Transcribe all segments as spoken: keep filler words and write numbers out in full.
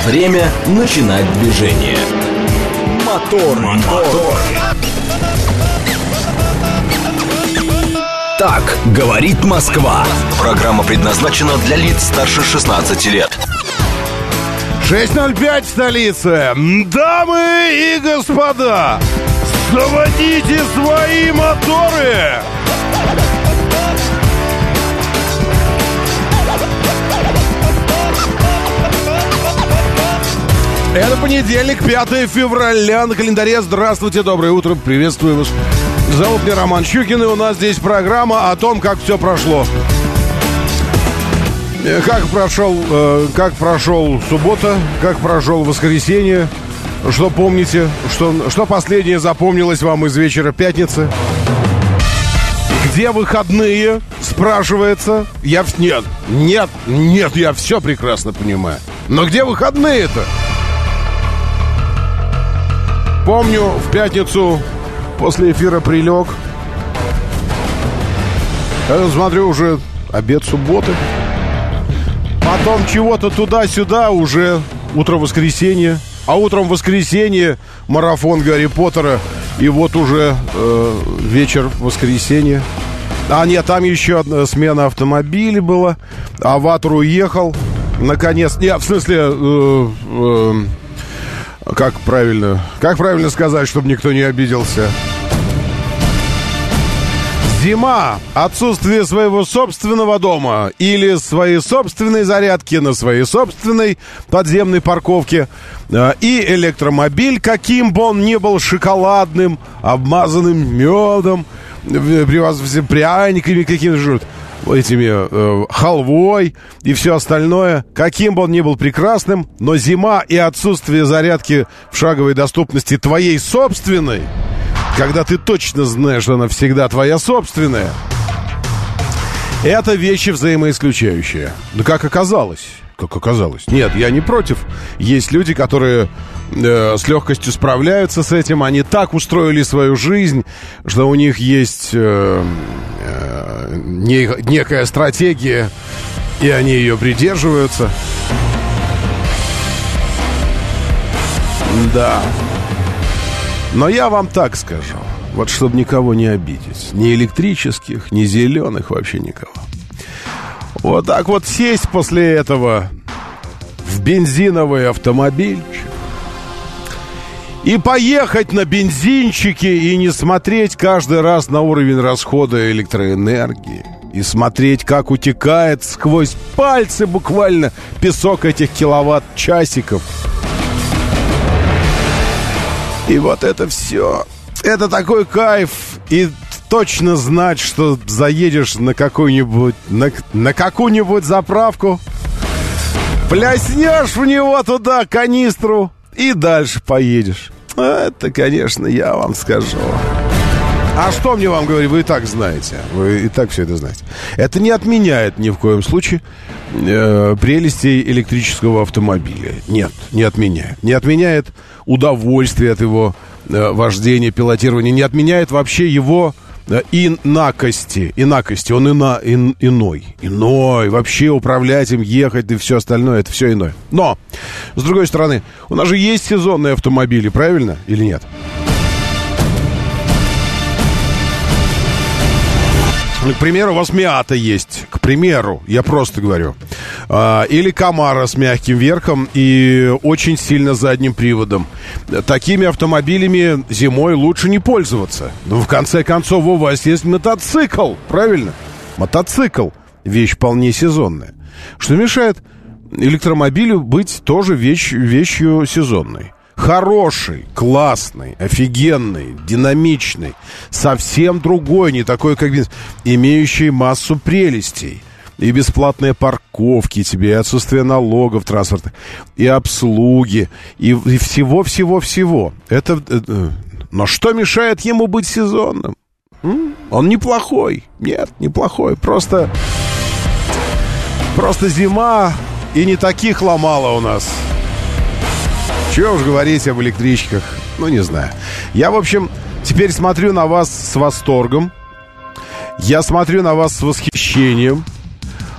Время начинать движение. Мотор, мотор. Так говорит Москва. Программа предназначена для лиц старше шестнадцати лет. шесть ноль пять в столице. Дамы и господа, заводите свои моторы. Это понедельник, пятое февраля на календаре. Здравствуйте, доброе утро, приветствую вас. Зовут меня Роман Щукин, и у нас здесь программа о том, как все прошло. Как прошел, э, как прошел суббота, как прошел воскресенье. Что помните, что, что последнее запомнилось вам из вечера пятницы? Где выходные, спрашивается. Я... Нет, нет, нет, я все прекрасно понимаю. Но где выходные-то? Помню, в пятницу после эфира прилег. Я смотрю, уже обед субботы. Потом чего-то туда-сюда, уже утро воскресенья. А утром воскресенье марафон Гарри Поттера. И вот уже э, вечер воскресенья. А нет, там еще одна смена автомобиля была. Аватар уехал. Наконец. Нет, в смысле... Э, э, Как правильно, как правильно сказать, чтобы никто не обиделся? Зима, отсутствие своего собственного дома или своей собственной зарядки на своей собственной подземной парковке и электромобиль, каким бы он ни был, шоколадным, обмазанным медом, пряниками какими-то, этими э, халвой и все остальное, каким бы он ни был прекрасным, но зима и отсутствие зарядки в шаговой доступности твоей собственной, когда ты точно знаешь, что она всегда твоя собственная, это вещи взаимоисключающие. Да как оказалось, как оказалось. Нет, я не против. Есть люди, которые э, с легкостью справляются с этим. Они так устроили свою жизнь, что у них есть э, э, не, некая стратегия, и они ее придерживаются. Да. Но я вам так скажу, вот чтобы никого не обидеть. Ни электрических, ни зеленых, вообще никого. Вот так вот сесть после этого в бензиновый автомобильчик и поехать на бензинчике и не смотреть каждый раз на уровень расхода электроэнергии. И смотреть, как утекает сквозь пальцы буквально песок этих киловатт-часиков. И вот это все. Это такой кайф. И точно знать, что заедешь на какую-нибудь на, на какую-нибудь заправку, пляснешь в него туда канистру и дальше поедешь. Это, конечно, я вам скажу. А что мне вам говорить? Вы и так знаете. Вы и так все это знаете. Это не отменяет ни в коем случае э, прелестей электрического автомобиля. Нет, не отменяет. Не отменяет удовольствие от его э, вождения, пилотирования. Не отменяет вообще его э, инакости. Инакости. Он ина, ин, иной. Иной. Вообще управлять им, ехать и все остальное. Это все иное. Но, с другой стороны, у нас же есть сезонные автомобили, правильно? Или нет? К примеру, у вас Миата есть. К примеру, я просто говорю. а, Или Камара с мягким верхом и очень сильно задним приводом. Такими автомобилями зимой лучше не пользоваться. Но в конце концов у вас есть мотоцикл. Правильно? Мотоцикл. Вещь вполне сезонная. Что мешает электромобилю быть тоже вещь, вещью сезонной. Хороший, классный, офигенный, динамичный, совсем другой, не такой, как бизнес, имеющий массу прелестей. И бесплатные парковки тебе, и отсутствие налогов транспортных, и обслуги, и, и всего-всего-всего. Это, это, но что мешает ему быть сезонным? М? Он неплохой. Нет, неплохой. Просто, просто зима и не таких ломала у нас. Чего уж говорить об электричках. Ну, не знаю. Я, в общем, теперь смотрю на вас с восторгом. Я смотрю на вас с восхищением.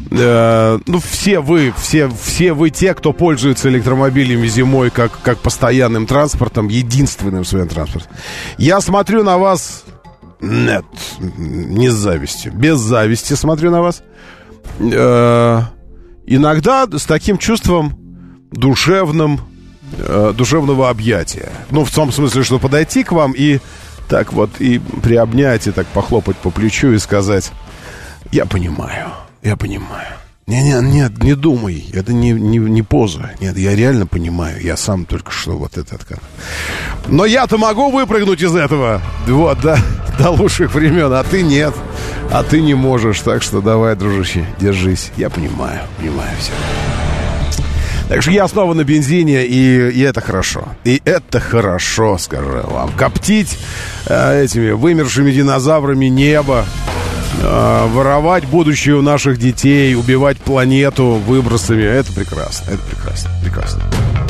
э, ну, все вы, все, все вы те, кто пользуется электромобилями зимой как, как постоянным транспортом, единственным своим транспортом. Я смотрю на вас... Нет, не с завистью. Без зависти смотрю на вас. Э, иногда с таким чувством душевным, э, душевного объятия. Ну, в том смысле, что подойти к вам и так вот, и приобнять, и так похлопать по плечу и сказать: я понимаю, я понимаю. Нет, нет, не думай, это не, не, не поза. Нет, я реально понимаю, я сам только что вот это откат. Но я-то могу выпрыгнуть из этого, вот, до, до лучших времен, а ты нет. А ты не можешь, так что давай, дружище, держись. Я понимаю, понимаю все. Так что я снова на бензине, и, и это хорошо. И это хорошо, скажу я вам. Коптить э, этими вымершими динозаврами небо, э, воровать будущее у наших детей, убивать планету выбросами. Это прекрасно, это прекрасно, прекрасно.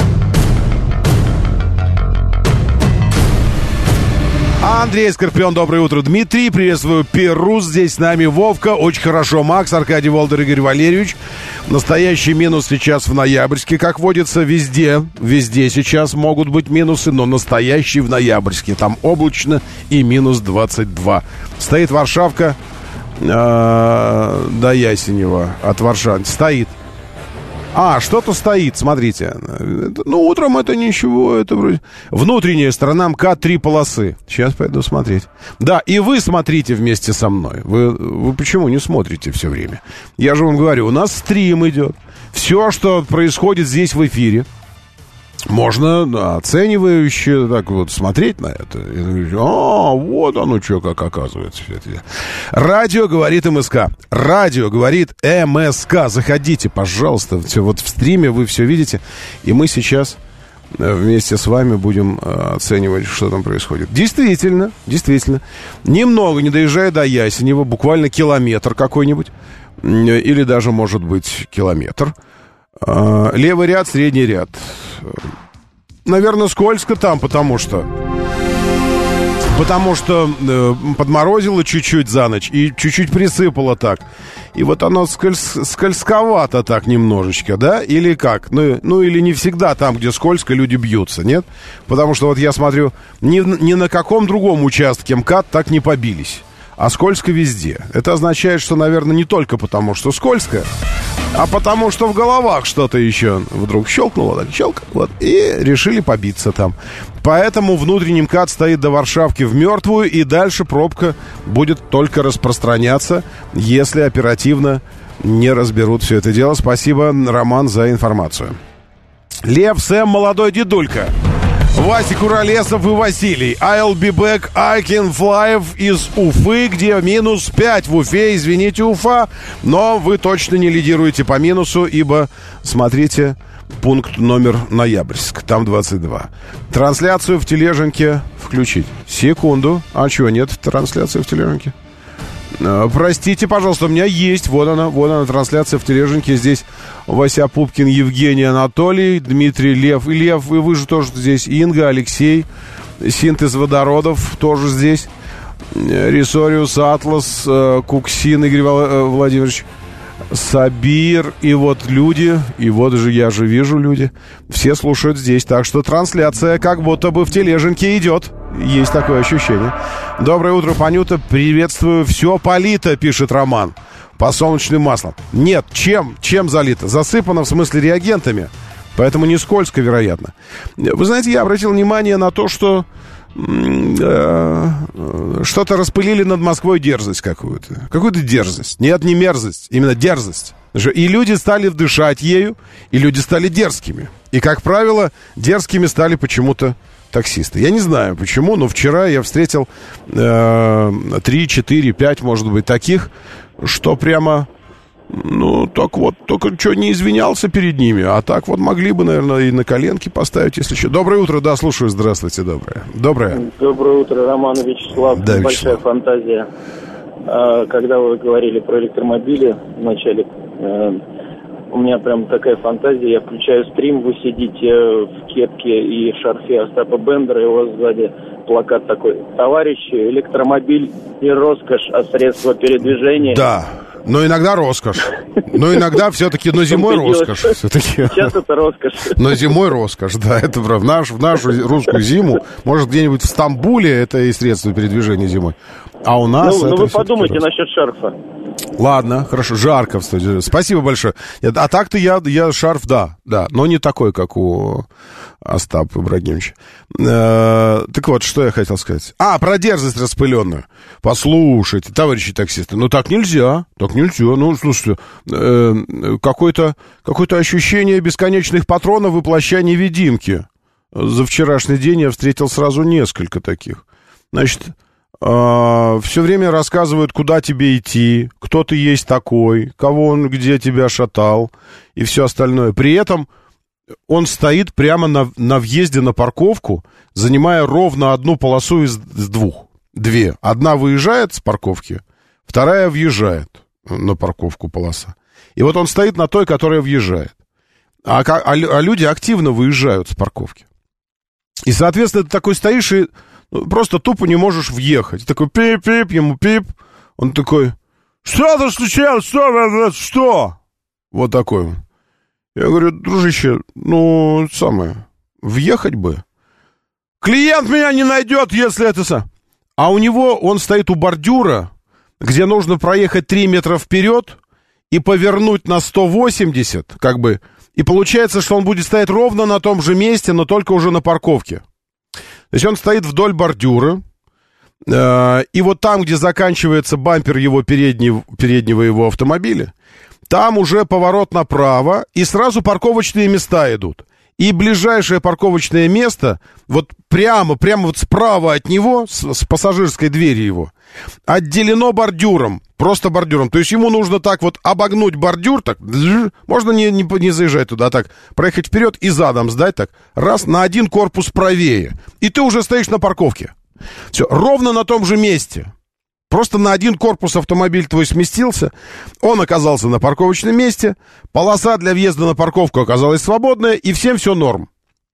Андрей Скорпион, доброе утро. Дмитрий, приветствую. Перус, здесь с нами Вовка. Очень хорошо. Макс, Аркадий, Волдер, Игорь Валерьевич. Настоящий минус сейчас в Ноябрьске, как водится, везде. Везде сейчас могут быть минусы, но настоящий в Ноябрьске. Там облачно и минус двадцать два. Стоит Варшавка э, до Ясенева от Варшавы. Стоит. А, что-то стоит, смотрите. Ну, утром это ничего, это вроде... Внутренняя сторона МКАД, три полосы. Сейчас пойду смотреть. Да, и вы смотрите вместе со мной. Вы, вы почему не смотрите все время? Я же вам говорю, у нас стрим идет. Все, что происходит здесь в эфире, можно, да, оценивающе так вот смотреть на это. И говорить: а, вот оно что, как оказывается. Все это. Радио говорит МСК. Радио говорит МСК. Заходите, пожалуйста. Все, вот в стриме вы все видите. И мы сейчас вместе с вами будем оценивать, что там происходит. Действительно, действительно. Немного, не доезжая до Ясенева, буквально километр какой-нибудь. Или даже, может быть, километр. Левый ряд, средний ряд. Наверное, скользко там, потому что Потому что э, подморозило чуть-чуть за ночь и чуть-чуть присыпало так. И вот оно скольз, скользковато так немножечко, да? Или как? Ну, ну, или не всегда там, где скользко, люди бьются, нет? Потому что вот я смотрю, ни, ни на каком другом участке МКАД так не побились. А скользко везде. Это означает, что, наверное, не только потому, что скользко, а потому, что в головах что-то еще вдруг щелкнуло, так щелк, вот, и решили побиться там. Поэтому внутренний МКАД стоит до Варшавки в мертвую, и дальше пробка будет только распространяться, если оперативно не разберут все это дело. Спасибо, Роман, за информацию. Лев, Сэм, молодой дедулька. Вася Куролесов и Василий. I'll be back, I can fly из Уфы, где минус пять в Уфе. Извините, Уфа, но вы точно не лидируете по минусу, ибо, смотрите, пункт номер Ноябрьск, там двадцать два. Трансляцию в Тележенке включить. Секунду. А чего, нет трансляции в Тележенке? Простите, пожалуйста, у меня есть. Вот она, вот она, трансляция в Тележенке. Здесь Вася Пупкин, Евгений Анатолий, Дмитрий, Лев. И Лев, и вы же тоже здесь. Инга, Алексей. Синтез водородов тоже здесь. Ресориус, Атлас, Куксин, Игорь Владимирович, Сабир. И вот люди. И вот же я же вижу люди. Все слушают здесь. Так что трансляция как будто бы в Тележенке идет. Есть такое ощущение. Доброе утро, Панюта. Приветствую. Все полито, пишет Роман. Подсолнечным маслом. Нет, чем? Чем залито? Засыпано, в смысле, реагентами. Поэтому не скользко, вероятно. Вы знаете, я обратил внимание на то, что э, что-то распылили над Москвой дерзость какую-то. Какую-то дерзость. Нет, не мерзость. Именно дерзость. И люди стали дышать ею, и люди стали дерзкими. И, как правило, дерзкими стали почему-то таксисты. Я не знаю почему, но вчера я встретил э, три, четыре, пять, может быть, таких, что прямо, ну, так вот, только что не извинялся перед ними, а так вот могли бы, наверное, и на коленки поставить, если что. Доброе утро, да, слушаю, здравствуйте, доброе. Доброе. Доброе утро, Роман, Вячеслав. Да, Большая Вячеслав. фантазия. Когда вы говорили про электромобили вначале, у меня прям такая фантазия. Я включаю стрим, вы сидите в кепке и шарфе Остапа Бендера, и у вас сзади плакат такой: товарищи, электромобиль не роскошь, а средство передвижения. Да. Но иногда роскошь. Но иногда все-таки, но зимой роскошь. Все-таки. Сейчас это роскошь. Но зимой роскошь, да, это правда. В, наш, в нашу русскую зиму, может, где-нибудь в Стамбуле это и средство передвижения зимой. А у нас Ну, это ну вы подумайте роскошь. насчет шарфа. Ладно, хорошо, жарко в студии. Спасибо большое. А так-то я, я шарф, да, да, но не такой, как у Остапа Ибрагимовича. Э, так вот, что я хотел сказать. А, про дерзость распыленную. Послушайте, товарищи таксисты, ну так нельзя, так нельзя. Ну, слушайте, э, какое-то, какое-то ощущение бесконечных патронов и плаща невидимки. За вчерашний день я встретил сразу несколько таких. Значит... Uh, все время рассказывают, куда тебе идти, кто ты есть такой, кого он где тебя шатал и все остальное. При этом он стоит прямо на, на въезде на парковку, занимая ровно одну полосу из, из двух. Две. Одна выезжает с парковки, вторая въезжает на парковку полоса. И вот он стоит на той, которая въезжает. А, а, а люди активно выезжают с парковки. И, соответственно, ты такой стоишь и просто тупо не можешь въехать. Такой пип-пип, ему пип. Он такой, что-то случилось, что, что? Вот такой. Я говорю, дружище, ну, самое, въехать бы. Клиент меня не найдет, если это сам. А у него, он стоит у бордюра, где нужно проехать три метра вперед и повернуть на сто восемьдесят, как бы. И получается, что он будет стоять ровно на том же месте, но только уже на парковке. То есть он стоит вдоль бордюра, э, и вот там, где заканчивается бампер его переднего, переднего его автомобиля, там уже поворот направо, и сразу парковочные места идут. И ближайшее парковочное место, вот прямо, прямо вот справа от него, с, с пассажирской двери его, отделено бордюром, просто бордюром. То есть ему нужно так вот обогнуть бордюр, так, можно не, не, не заезжать туда, а так, проехать вперед и задом сдать так, раз, на один корпус правее. И ты уже стоишь на парковке. Все, ровно на том же месте. Просто на один корпус автомобиль твой сместился, он оказался на парковочном месте, полоса для въезда на парковку оказалась свободная, и всем все норм.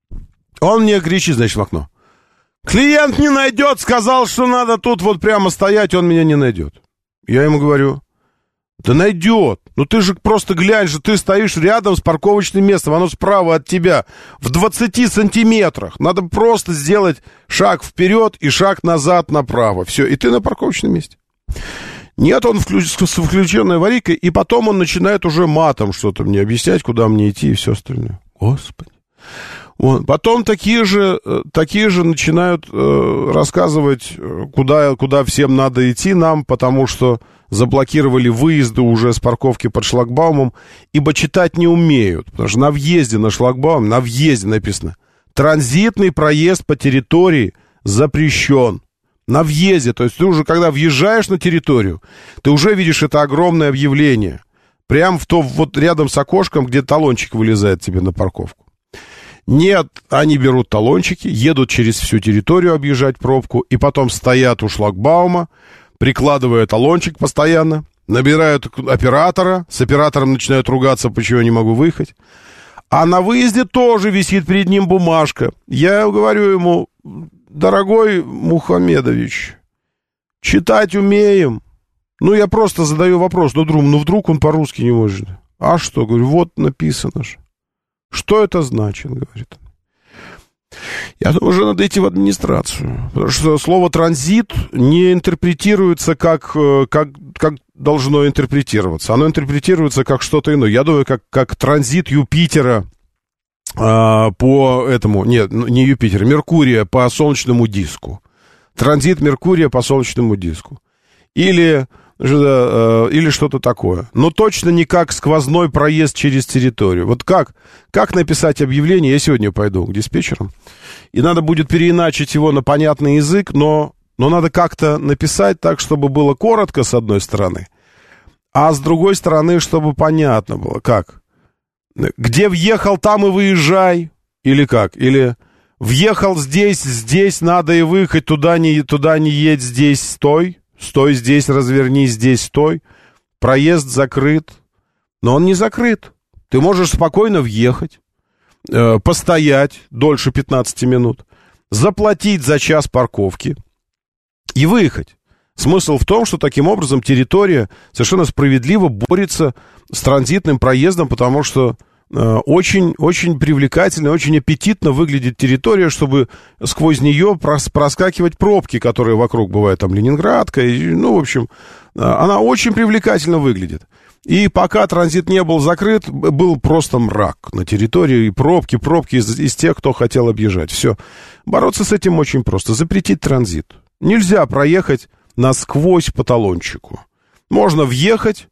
Он мне кричит, значит, в окно. Клиент не найдет, сказал, что надо тут вот прямо стоять, он меня не найдет. Я ему говорю, да найдет. Ну ты же просто глянь же, ты стоишь рядом с парковочным местом, оно справа от тебя, в двадцати сантиметрах. Надо просто сделать шаг вперед и шаг назад направо. Все, и ты на парковочном месте. Нет, он включ... с включенной аварийкой, и потом он начинает уже матом что-то мне объяснять, куда мне идти и все остальное. Господи. Вот. Потом такие же, такие же начинают э, рассказывать, куда, куда всем надо идти нам, потому что заблокировали выезды уже с парковки под шлагбаумом, ибо читать не умеют. Потому что на въезде на шлагбаум, на въезде написано, транзитный проезд по территории запрещен. На въезде, то есть ты уже, когда въезжаешь на территорию, ты уже видишь это огромное объявление. Прямо в то, вот рядом с окошком, где талончик вылезает тебе на парковку. Нет, они берут талончики, едут через всю территорию объезжать пробку, и потом стоят у шлагбаума, прикладывая талончик постоянно, набирают оператора, с оператором начинают ругаться, почему я не могу выехать. А на выезде тоже висит перед ним бумажка. Я говорю ему, дорогой Мухамедович, читать умеем. Ну, я просто задаю вопрос, ну, вдруг, ну, вдруг он по-русски не может. А что? Говорю, вот написано же. Что это значит, говорит он. Я думаю, уже надо идти в администрацию. Потому что слово «транзит» не интерпретируется как, как, как должно интерпретироваться. Оно интерпретируется как что-то иное. Я думаю, как, как транзит Юпитера а, по этому... Нет, не Юпитера, Меркурия по солнечному диску. Транзит Меркурия по солнечному диску. Или... или что-то такое. Но точно не как сквозной проезд через территорию. Вот как, как написать объявление? Я сегодня пойду к диспетчерам. И надо будет переиначить его на понятный язык, но, но надо как-то написать так, чтобы было коротко, с одной стороны, а с другой стороны, чтобы понятно было. Как? Где въехал, там и выезжай. Или как? Или въехал здесь, здесь надо и выехать, туда не, туда не едь, здесь стой. Стой здесь, развернись здесь, стой. Проезд закрыт. Но он не закрыт. Ты можешь спокойно въехать, э, постоять дольше пятнадцати минут, заплатить за час парковки и выехать. Смысл в том, что таким образом территория совершенно справедливо борется с транзитным проездом, потому что очень, очень привлекательно, очень аппетитно выглядит территория, чтобы сквозь нее проскакивать пробки, которые вокруг бывают, там, Ленинградка, и, ну, в общем, она очень привлекательно выглядит. И пока транзит не был закрыт, был просто мрак на территории, и пробки, пробки из, из тех, кто хотел объезжать. Все. Бороться с этим очень просто. Запретить транзит. Нельзя проехать насквозь по талончику. Можно въехать,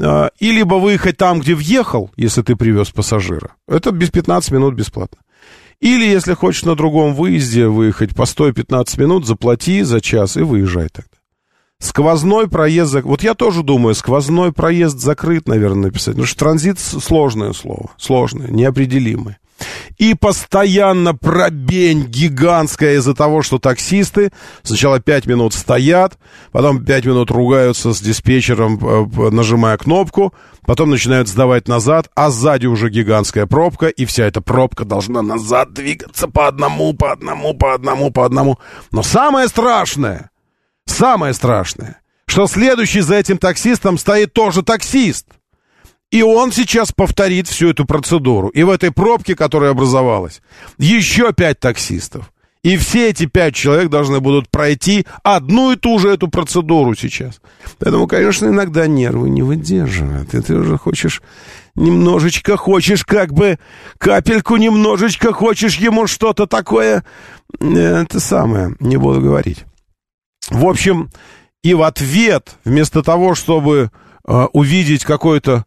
и либо выехать там, где въехал, если ты привез пассажира. Это без пятнадцати минут бесплатно. Или, если хочешь на другом выезде выехать, постой пятнадцать минут, заплати за час и выезжай тогда. Сквозной проезд... Вот я тоже думаю, сквозной проезд закрыт, наверное, написать. Потому что транзит — сложное слово. Сложное, неопределимое. И постоянно пробень гигантская из-за того, что таксисты сначала пять минут стоят, потом пять минут ругаются с диспетчером, нажимая кнопку, потом начинают сдавать назад, а сзади уже гигантская пробка, и вся эта пробка должна назад двигаться по одному, по одному, по одному, по одному. Но самое страшное, самое страшное, что следующий за этим таксистом стоит тоже таксист. И он сейчас повторит всю эту процедуру. И в этой пробке, которая образовалась, еще пять таксистов. И все эти пять человек должны будут пройти одну и ту же эту процедуру сейчас. Поэтому, конечно, иногда нервы не выдерживают. И ты уже хочешь немножечко, хочешь как бы капельку, немножечко хочешь ему что-то такое. Это самое, не буду говорить. В общем, и в ответ, вместо того, чтобы э, увидеть какой-то...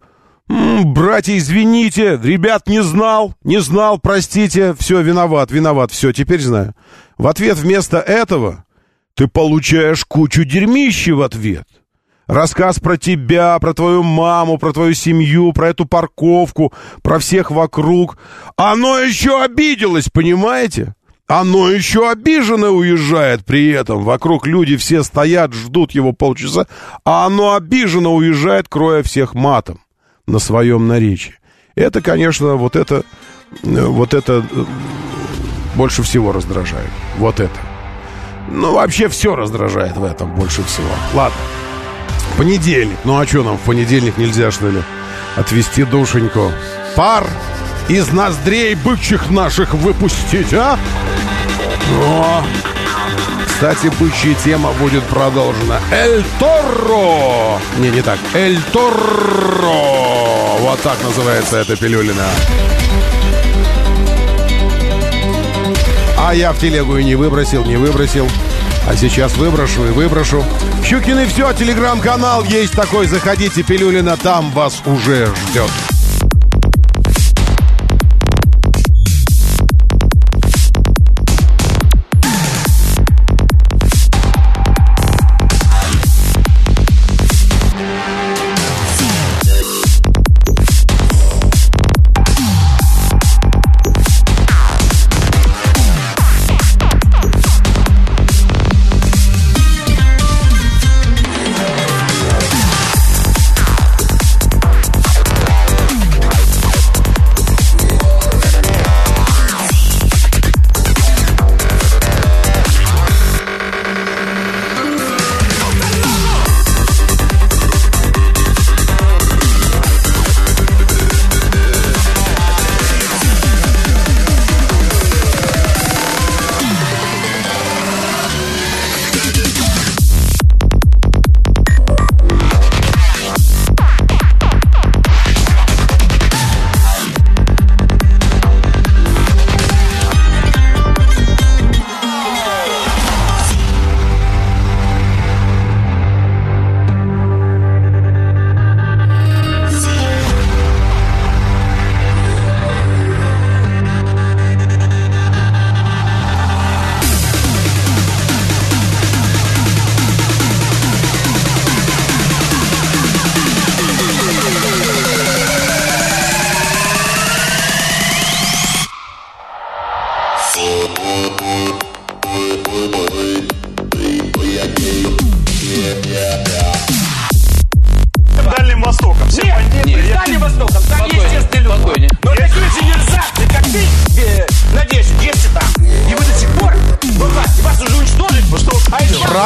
Братья, извините, ребят, не знал, не знал, простите, все, виноват, виноват, все, теперь знаю. В ответ вместо этого ты получаешь кучу дерьмища в ответ. Рассказ про тебя, про твою маму, про твою семью, про эту парковку, про всех вокруг. Оно еще обиделось, понимаете? Оно еще обиженно уезжает при этом. Вокруг люди все стоят, ждут его полчаса, а оно обиженно уезжает, кроя всех матом на своем наречии. Это, конечно, вот это, вот это больше всего раздражает. Вот это. Ну, вообще все раздражает в этом больше всего. Ладно. Понедельник. Ну, а что нам в понедельник нельзя, что ли, отвести душеньку? Пар из ноздрей бычьих наших выпустить, а? О! Кстати, бычья тема будет продолжена. Эль Торро! Не, не так. Эль Торро! Вот так называется эта пилюлина. А я в телегу и не выбросил, не выбросил. А сейчас выброшу и выброшу. Щукин и все, телеграм-канал есть такой. Заходите, пилюлина, там вас уже ждет.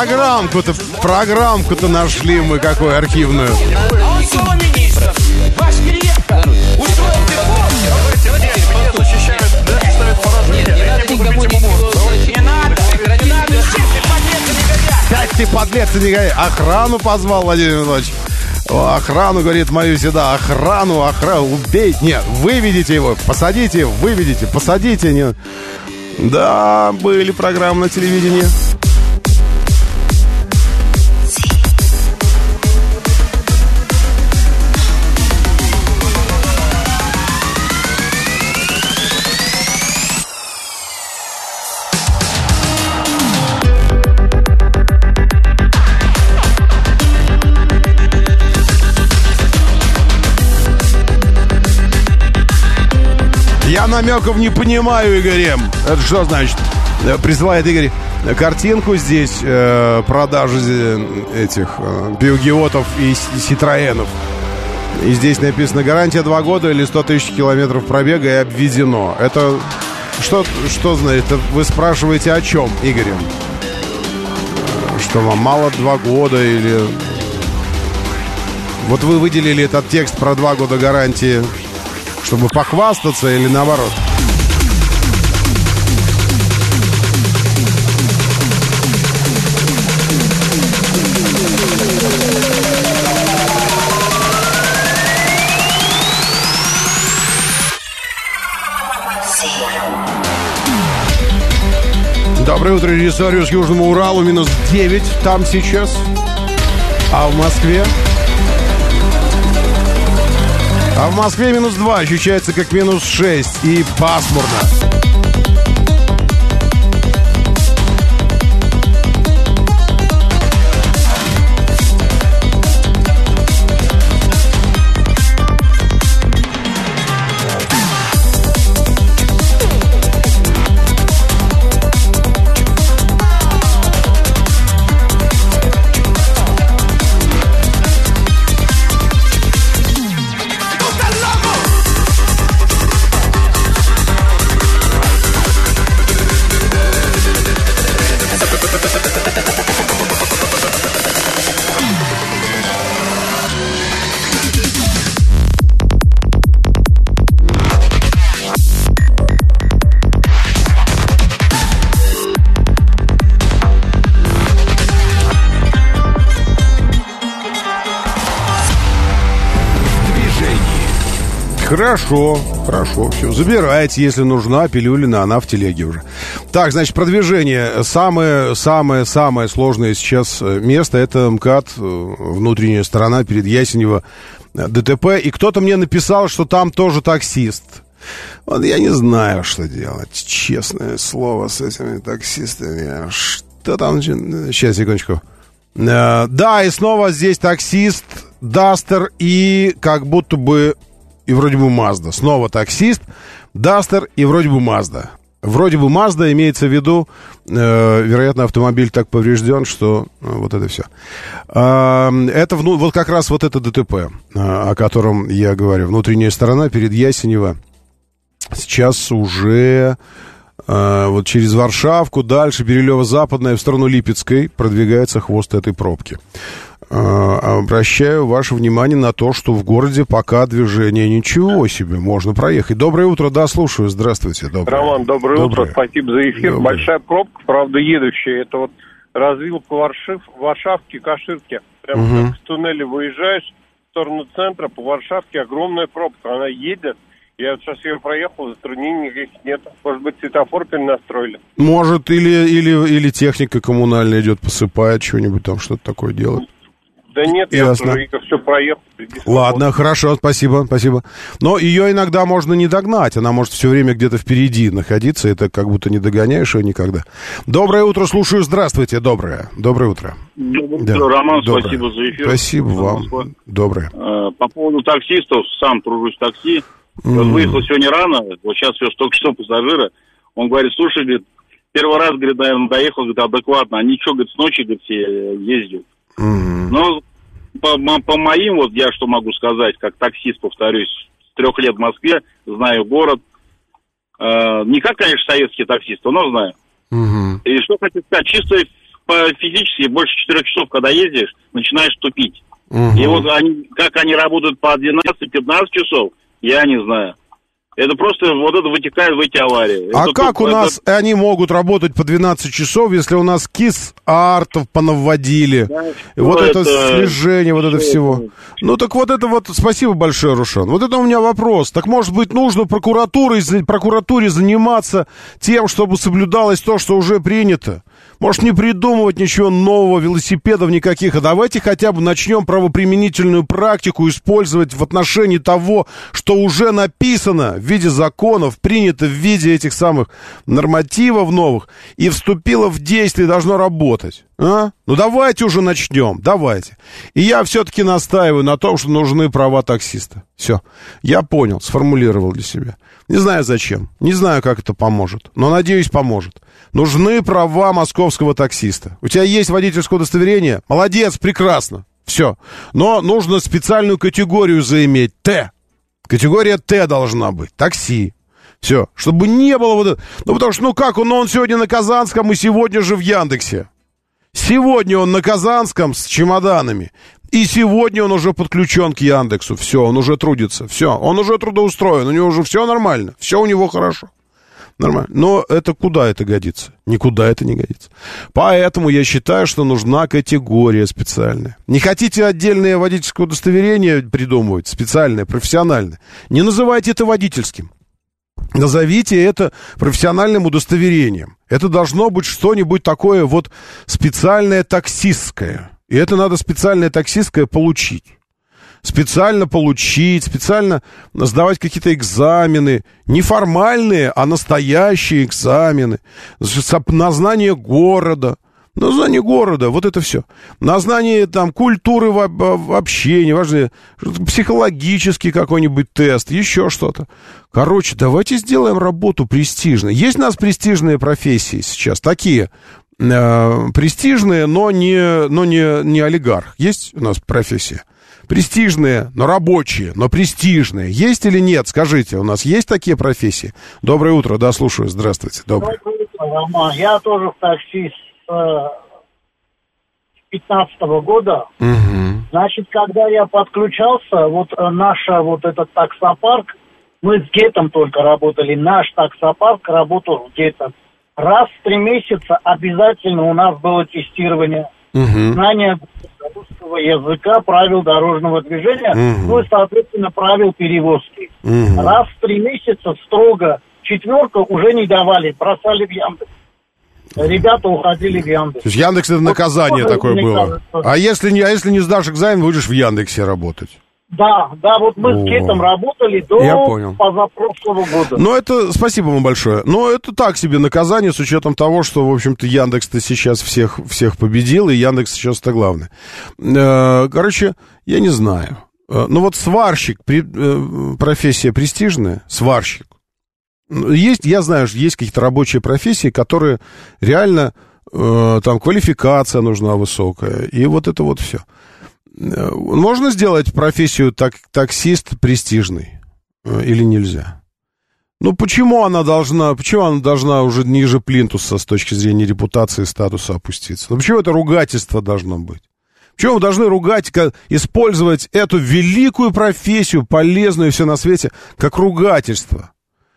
Программку-то, программку-то нашли мы, какую архивную. Ваш клиент устроил Пять ты подлец и негодяй. Охрану позвал Владимир Иванович. Охрану, говорит, мою всегда. Охрану, охрану, убейте. Нет, выведите его, посадите, выведите, посадите. Не... Да, были программы на телевидении. Я намеков не понимаю, Игорь. Это что значит? Присылает Игорь картинку здесь э, продажи этих э, биогеотов и ситроенов. И здесь написано: гарантия два года или сто тысяч километров пробега и обведено. Это что, что значит? Вы спрашиваете о чем, Игорь? Что вам мало два года или... Вот вы выделили этот текст про два года гарантии, чтобы похвастаться или наоборот? Доброе утро, режиссер с Южному Уралу. Минус девять там сейчас. А в Москве? А в Москве минус два, ощущается как минус шесть и пасмурно. Хорошо, хорошо, все. Забирайте, если нужна пилюлина, она в телеге уже. Так, значит, продвижение. Самое, самое, самое сложное сейчас место — это МКАД, внутренняя сторона перед Ясенево, ДТП. И кто-то мне написал, что там тоже таксист. Вот я не знаю, что делать. Честное слово, с этими таксистами. Что там? Сейчас, секундочку. Да, и снова здесь таксист, Дастер и как будто бы... И вроде бы Мазда. Снова таксист, Дастер и вроде бы Мазда. Вроде бы Мазда, имеется в виду, э, вероятно, автомобиль так поврежден, что э, вот это все. Э, это вну, вот как раз вот это ДТП, э, о котором я говорю. Внутренняя сторона перед Ясенево. Сейчас уже э, вот через Варшавку, дальше Бирюлево-Западная в сторону Липецкой продвигается хвост этой пробки. Обращаю ваше внимание на то, что в городе пока движение ничего себе, можно проехать. Доброе утро, да, слушаю, здравствуйте. Доброе. Роман, доброе, доброе утро, спасибо за эфир. Доброе. Большая пробка, правда, едущая, это вот развилка Варшав, Варшавки, Каширки. Прямо угу. как с туннеля выезжаешь в сторону центра, по Варшавке огромная пробка, она едет. Я вот сейчас ее проехал, затруднений никаких нет. Может быть, светофор перенастроили. Может, или, или, или техника коммунальная идет, посыпает что-нибудь там, что-то такое делает. Да нет, Ясно. я уже все проехал. Ладно, хорошо, спасибо, спасибо. Но ее иногда можно не догнать, она может все время где-то впереди находиться, это как будто не догоняешь ее никогда. Доброе утро, слушаю, здравствуйте, доброе, доброе утро. Доброе да. утро, Роман, доброе. Спасибо за эфир. Спасибо вам, доброе. По поводу таксистов, сам тружусь в такси, mm. выехал сегодня рано, вот сейчас все, только что пассажира, он говорит, слушай, говорит, первый раз, говорит, наверное, доехал, говорит, адекватно, а ничего, говорит, с ночи, говорит, все ездят. Mm-hmm. Ну, по, по моим, вот я что могу сказать, как таксист, повторюсь, с трех лет в Москве, знаю город. Э, не как, конечно, советские таксисты, но знаю. Mm-hmm. И что хочу сказать, чисто по физически больше четырех часов, когда ездишь, начинаешь тупить. Угу. И вот они, как они работают по двенадцать-пятнадцать часов, я не знаю. Это просто вот это вытекает в эти аварии. А это как тут, у нас это... они могут работать по двенадцать часов, если у нас кис-артов понаводили? Да, вот это, это слежение, вот это всего. Это... Ну так вот это вот, спасибо большое, Рушан. Вот это у меня вопрос. Так может быть нужно прокуратуре, прокуратуре заниматься тем, чтобы соблюдалось то, что уже принято? Может, не придумывать ничего нового, велосипедов никаких, а давайте хотя бы начнем правоприменительную практику использовать в отношении того, что уже написано в виде законов, принято в виде этих самых нормативов новых и вступило в действие, должно работать. А? Ну давайте уже начнем, давайте. И я все-таки настаиваю на том, что нужны права таксиста. Все, я понял, сформулировал для себя. Не знаю зачем, не знаю, как это поможет, но надеюсь, поможет. Нужны права московского таксиста. У тебя есть водительское удостоверение? Молодец, прекрасно. Все. Но нужно специальную категорию заиметь. Т. Категория Т должна быть. Такси. Все. Чтобы не было вот этого. Ну, потому что, ну как он, ну, он сегодня на Казанском и сегодня же в Яндексе. Сегодня он на Казанском с чемоданами. И сегодня он уже подключен к Яндексу. Все, он уже трудится. Все, он уже трудоустроен. У него уже все нормально. Все у него хорошо. Нормально. Но это куда это годится? Никуда это не годится. Поэтому я считаю, что нужна категория специальная. Не хотите отдельное водительское удостоверение придумывать, специальное, профессиональное? Не называйте это водительским. Назовите это профессиональным удостоверением. Это должно быть что-нибудь такое вот специальное таксистское. И это надо специальное таксистское получить. Специально получить, специально сдавать какие-то экзамены. Не формальные, а настоящие экзамены. На знание города. На знание города, вот это все. На знание там культуры в, в общении, важнее, психологический какой-нибудь тест, еще что-то. Короче, давайте сделаем работу престижной. Есть у нас престижные профессии сейчас, такие э, престижные, но не, но не, не олигарх. Есть у нас профессия? Престижные, но рабочие, но престижные. Есть или нет? Скажите, у нас есть такие профессии? Доброе утро, да, слушаю, здравствуйте. Доброе, Доброе утро, Роман. Я тоже таксист с пятнадцатого года. Угу. Значит, когда я подключался, вот наша вот этот таксопарк, мы с ГЭТом только работали, наш таксопарк работал с ГЭТом. Раз в три месяца обязательно у нас было тестирование. Угу. Знание русского языка, правил дорожного движения, угу. ну и, соответственно, правил перевозки. Угу. Раз в три месяца строго четверка уже не давали, бросали в Яндекс. Ребята уходили в Яндекс. То есть Яндекс это наказание вот такое было. Кажется. А если не, а если не сдашь экзамен, будешь в Яндексе работать? Да, да, вот мы О. с ГЭТом работали до позапрошлого года. Ну, это, спасибо вам большое. Но это так себе наказание, с учетом того, что, в общем-то, Яндекс-то сейчас всех, всех победил, и Яндекс сейчас это главное. Короче, я не знаю. Ну, вот сварщик, профессия престижная, сварщик. Есть, я знаю, что есть какие-то рабочие профессии, которые реально, там, квалификация нужна высокая, и вот это вот все. Можно сделать профессию так, таксист престижной или нельзя? Ну, почему она должна, почему она должна уже ниже плинтуса с точки зрения репутации и статуса опуститься? Ну, почему это ругательство должно быть? Почему мы должны ругать, использовать эту великую профессию, полезную и все на свете, как ругательство?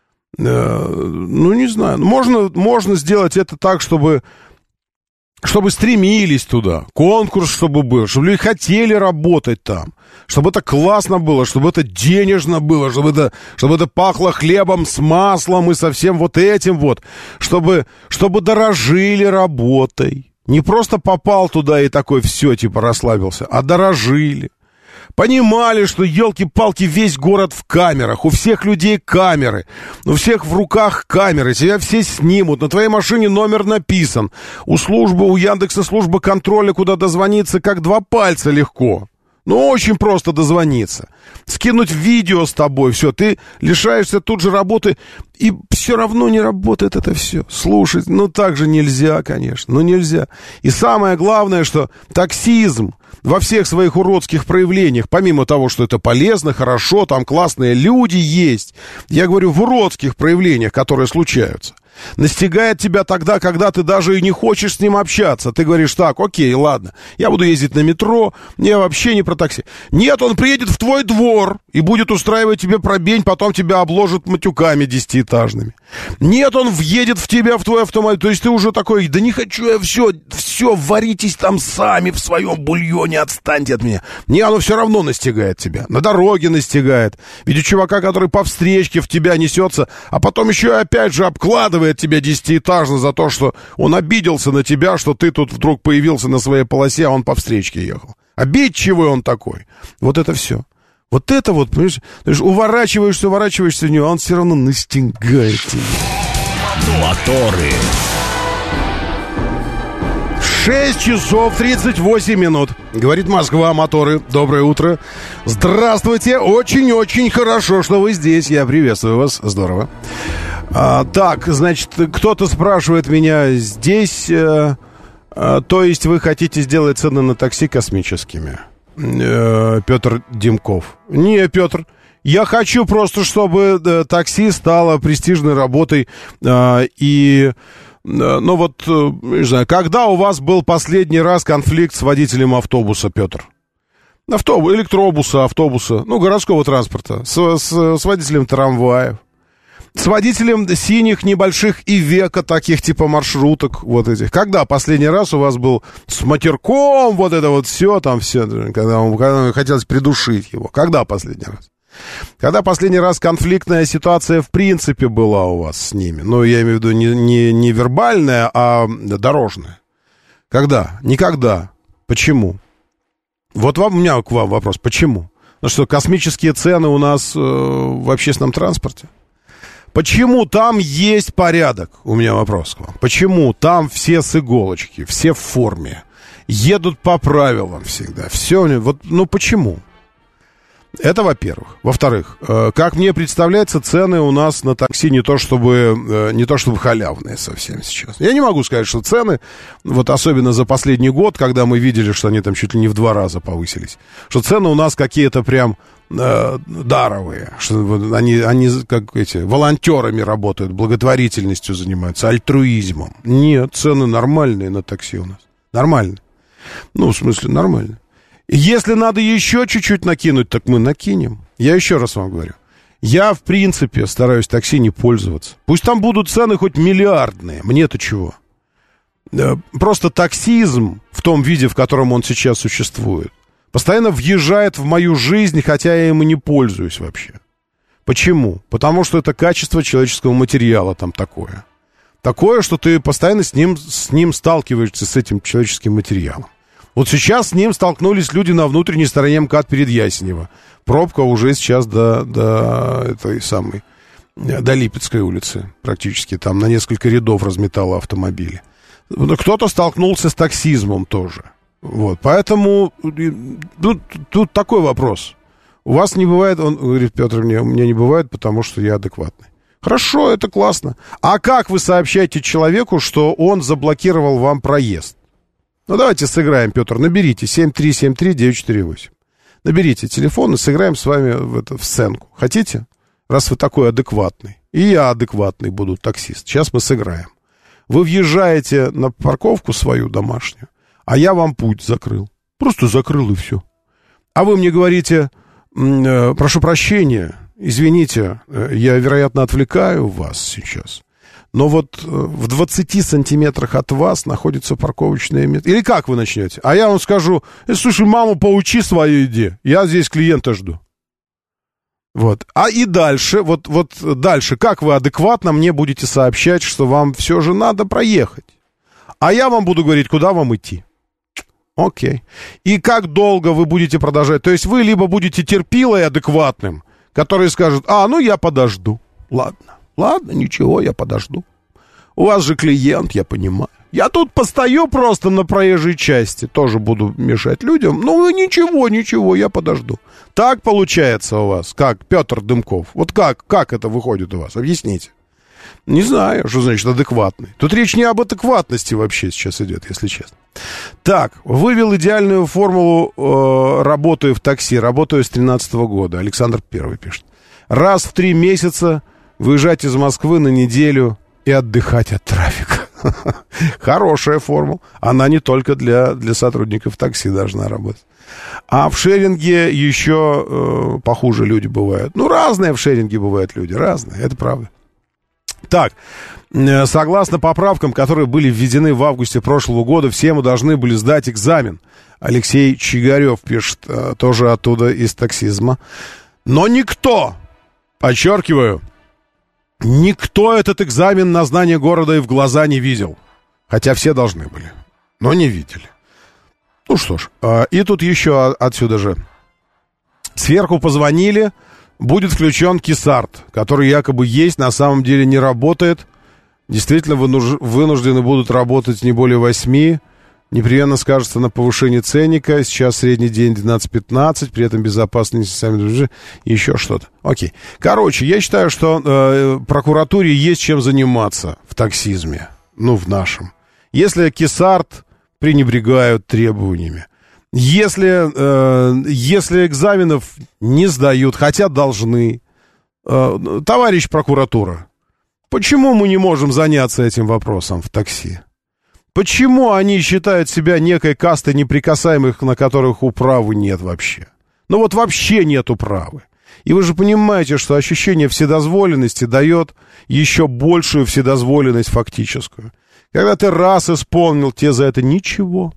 Ну, не знаю. Можно, можно сделать это так, чтобы... Чтобы стремились туда, конкурс чтобы был, чтобы люди хотели работать там, чтобы это классно было, чтобы это денежно было, чтобы это, чтобы это пахло хлебом с маслом и со всем вот этим вот, чтобы, чтобы дорожили работой. Не просто попал туда и такой все, типа расслабился, а дорожили. Понимали, что, елки-палки, весь город в камерах, у всех людей камеры, у всех в руках камеры, тебя все снимут, на твоей машине номер написан, у службы, у Яндекса служба контроля, куда дозвониться, как два пальца легко. Ну, очень просто дозвониться. Скинуть видео с тобой, все, ты лишаешься тут же работы, и все равно не работает это все. Слушать, ну, так же нельзя, конечно, ну, нельзя. И самое главное, что таксизм, во всех своих уродских проявлениях, помимо того, что это полезно, хорошо, там классные люди есть, я говорю, в уродских проявлениях, которые случаются, настигает тебя тогда, когда ты даже и не хочешь с ним общаться. Ты говоришь, так, окей, ладно, я буду ездить на метро, мне вообще не про такси. Нет, он приедет в твой двор и будет устраивать тебе пробень, потом тебя обложат матюками десятиэтажными. Нет, он въедет в тебя, в твой автомобиль. То есть ты уже такой, да не хочу я все, все, варитесь там сами в своем бульоне, отстаньте от меня. Не, оно все равно настигает тебя, на дороге настигает. Ведь у чувака, который по встречке в тебя несется, а потом еще и опять же обкладывает тебя десятиэтажно за то, что он обиделся на тебя, что ты тут вдруг появился на своей полосе, а он по встречке ехал. Обидчивый он такой. Вот это все. Вот это вот, понимаешь, уворачиваешься, уворачиваешься в него, а он все равно настигает тебя. Моторы. шесть часов тридцать восемь минут. Говорит Москва, моторы. Доброе утро. Здравствуйте. Очень-очень хорошо, что вы здесь. Я приветствую вас. Здорово. А, так, значит, кто-то спрашивает меня здесь, а, а, то есть вы хотите сделать цены на такси космическими? А, Петр Димков. Не, Петр. Я хочу просто, чтобы а, такси стало престижной работой. А, и, а, ну вот, не знаю, когда у вас был последний раз конфликт с водителем автобуса, Петр? Автобус, электробуса, автобуса, ну, городского транспорта, с, с, с водителем трамваев. С водителем синих небольших Ивека, таких типа маршруток вот этих. Когда последний раз у вас был с матерком, вот это вот все, там все, когда вам, когда вам хотелось придушить его? Когда последний раз? Когда последний раз конфликтная ситуация в принципе была у вас с ними? Ну, я имею в виду не, не, не вербальная, а дорожная. Когда? Никогда. Почему? Вот вам, у меня к вам вопрос. Почему? Ну что, космические цены у нас э, в общественном транспорте? Почему там есть порядок? У меня вопрос к вам. Почему там все с иголочки, все в форме, едут по правилам всегда? Все, вот, ну почему? Это во-первых. Во-вторых, э, как мне представляется, цены у нас на такси не то чтобы, э, не то чтобы халявные совсем сейчас. Я не могу сказать, что цены, вот особенно за последний год, когда мы видели, что они там чуть ли не в два раза повысились, что цены у нас какие-то прям э, даровые, что они, они как эти волонтерами работают, благотворительностью занимаются, альтруизмом. Нет, цены нормальные на такси у нас. Нормальные. Ну, в смысле, нормальные. Если надо еще чуть-чуть накинуть, так мы накинем. Я еще раз вам говорю. Я, в принципе, стараюсь такси не пользоваться. Пусть там будут цены хоть миллиардные. Мне-то чего? Просто таксизм в том виде, в котором он сейчас существует, постоянно въезжает в мою жизнь, хотя я им и не пользуюсь вообще. Почему? Потому что это качество человеческого материала там такое. Такое, что ты постоянно с ним, с ним сталкиваешься, с этим человеческим материалом. Вот сейчас с ним столкнулись люди на внутренней стороне МКАД перед Ясенево. Пробка уже сейчас до, до этой самой, до Липецкой улицы практически. Там на несколько рядов разметало автомобили. Кто-то столкнулся с таксизмом тоже. Вот, поэтому тут, тут такой вопрос. У вас не бывает, он говорит, Петр, мне, мне не бывает, потому что я адекватный. Хорошо, это классно. А как вы сообщаете человеку, что он заблокировал вам проезд? Ну, давайте сыграем, Петр, наберите семь три семь три девять четыре восемь. Наберите телефон и сыграем с вами в, это, в сценку. Хотите? Раз вы такой адекватный. И я адекватный буду таксист. Сейчас мы сыграем. Вы въезжаете на парковку свою домашнюю, а я вам путь закрыл. Просто закрыл и все. А вы мне говорите, прошу прощения, извините, я, вероятно, отвлекаю вас сейчас. Но вот в двадцати сантиметрах от вас находится парковочное место. Или как вы начнете? А я вам скажу, слушай, маму поучи своей идее. Я здесь клиента жду. Вот. А и дальше, вот, вот дальше, как вы адекватно мне будете сообщать, что вам все же надо проехать? А я вам буду говорить, куда вам идти. Окей. И как долго вы будете продолжать? То есть вы либо будете терпилой адекватным, который скажет, а, ну я подожду. Ладно. Ладно, ничего, я подожду. У вас же клиент, я понимаю. Я тут постою просто на проезжей части, тоже буду мешать людям. Ну, ничего, ничего, я подожду. Так получается у вас, как Петр Дымков. Вот как, как это выходит у вас? Объясните. Не знаю, что значит адекватный. Тут речь не об адекватности вообще сейчас идет, если честно. Так, вывел идеальную формулу, э, работаю в такси, работаю с тринадцатого года. Александр Первый пишет. Раз в три месяца выезжать из Москвы на неделю и отдыхать от трафика. Хорошая формула. Она не только для, для сотрудников такси должна работать. А в шеринге еще э, похуже люди бывают. Ну, разные в шеринге бывают люди, разные, это правда. Так, э, согласно поправкам, которые были введены в августе прошлого года, все мы должны были сдать экзамен. Алексей Чигарев пишет, э, тоже оттуда из таксизма. Но никто, подчеркиваю, никто этот экзамен на знание города и в глаза не видел. Хотя все должны были, но не видели. Ну что ж, и тут еще отсюда же. Сверху позвонили, будет включен Кисарт, который якобы есть, на самом деле не работает. Действительно вынуждены будут работать не более восьми. Непременно скажется на повышении ценника. Сейчас средний день двенадцать-пятнадцать, при этом безопасность сами дружи, и еще что-то. Окей. Короче, я считаю, что э, прокуратуре есть чем заниматься в таксизме. Ну, в нашем. Если Кисарт пренебрегают требованиями. Если, э, если экзаменов не сдают, хотя должны, э, товарищ прокуратура, почему мы не можем заняться этим вопросом в такси? Почему они считают себя некой кастой неприкасаемых, на которых управы нет вообще? Ну вот вообще нет управы. И вы же понимаете, что ощущение вседозволенности дает еще большую вседозволенность фактическую. Когда ты раз исполнил, тебе за это ничего.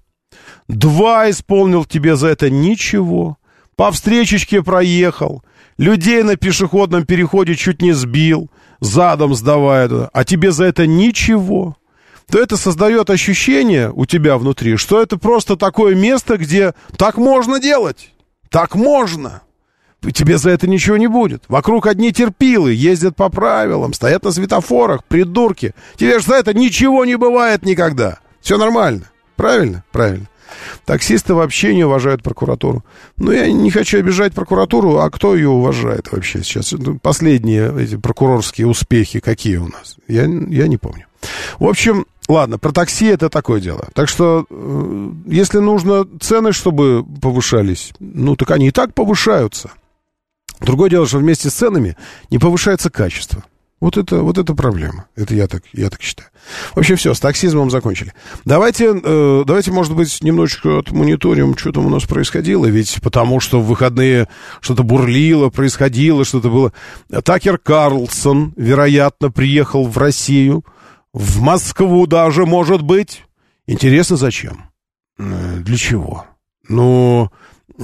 Два исполнил, тебе за это ничего. По встречечке проехал. Людей на пешеходном переходе чуть не сбил, задом сдавая туда. А тебе за это ничего. То это создает ощущение у тебя внутри, что это просто такое место, где так можно делать. Так можно. Тебе за это ничего не будет. Вокруг одни терпилы, ездят по правилам, стоят на светофорах, придурки. Тебе же за это ничего не бывает никогда. Все нормально. Правильно? Правильно. Таксисты вообще не уважают прокуратуру. Ну, я не хочу обижать прокуратуру, а кто ее уважает вообще сейчас? Последние эти прокурорские успехи какие у нас? Я, я не помню. В общем, ладно, про такси это такое дело. Так что, э, если нужно цены, чтобы повышались, ну, так они и так повышаются. Другое дело, что вместе с ценами не повышается качество. Вот это, вот это проблема. Это я так, я так считаю. В общем, все, с таксизмом закончили. Давайте, э, давайте, может быть, немножечко отмониторим, что там у нас происходило. Ведь потому что в выходные что-то бурлило, происходило, что-то было. Такер Карлсон, вероятно, приехал в Россию, в Москву даже, может быть. Интересно, зачем? Э, для чего? Ну...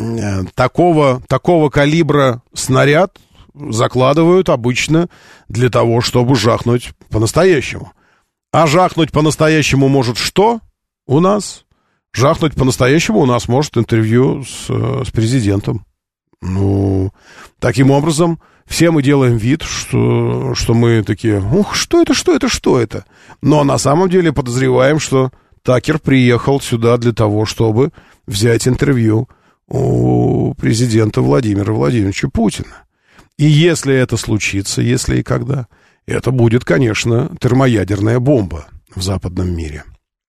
Такого, такого калибра снаряд закладывают обычно для того, чтобы жахнуть по-настоящему. А жахнуть по-настоящему может что у нас? Жахнуть по-настоящему у нас может интервью с, с президентом. Ну, таким образом, все мы делаем вид, что, что мы такие, ух, что это, что это, что это? Но на самом деле подозреваем, что Такер приехал сюда для того, чтобы взять интервью у президента Владимира Владимировича Путина. И если это случится, если и когда, это будет, конечно, термоядерная бомба в западном мире.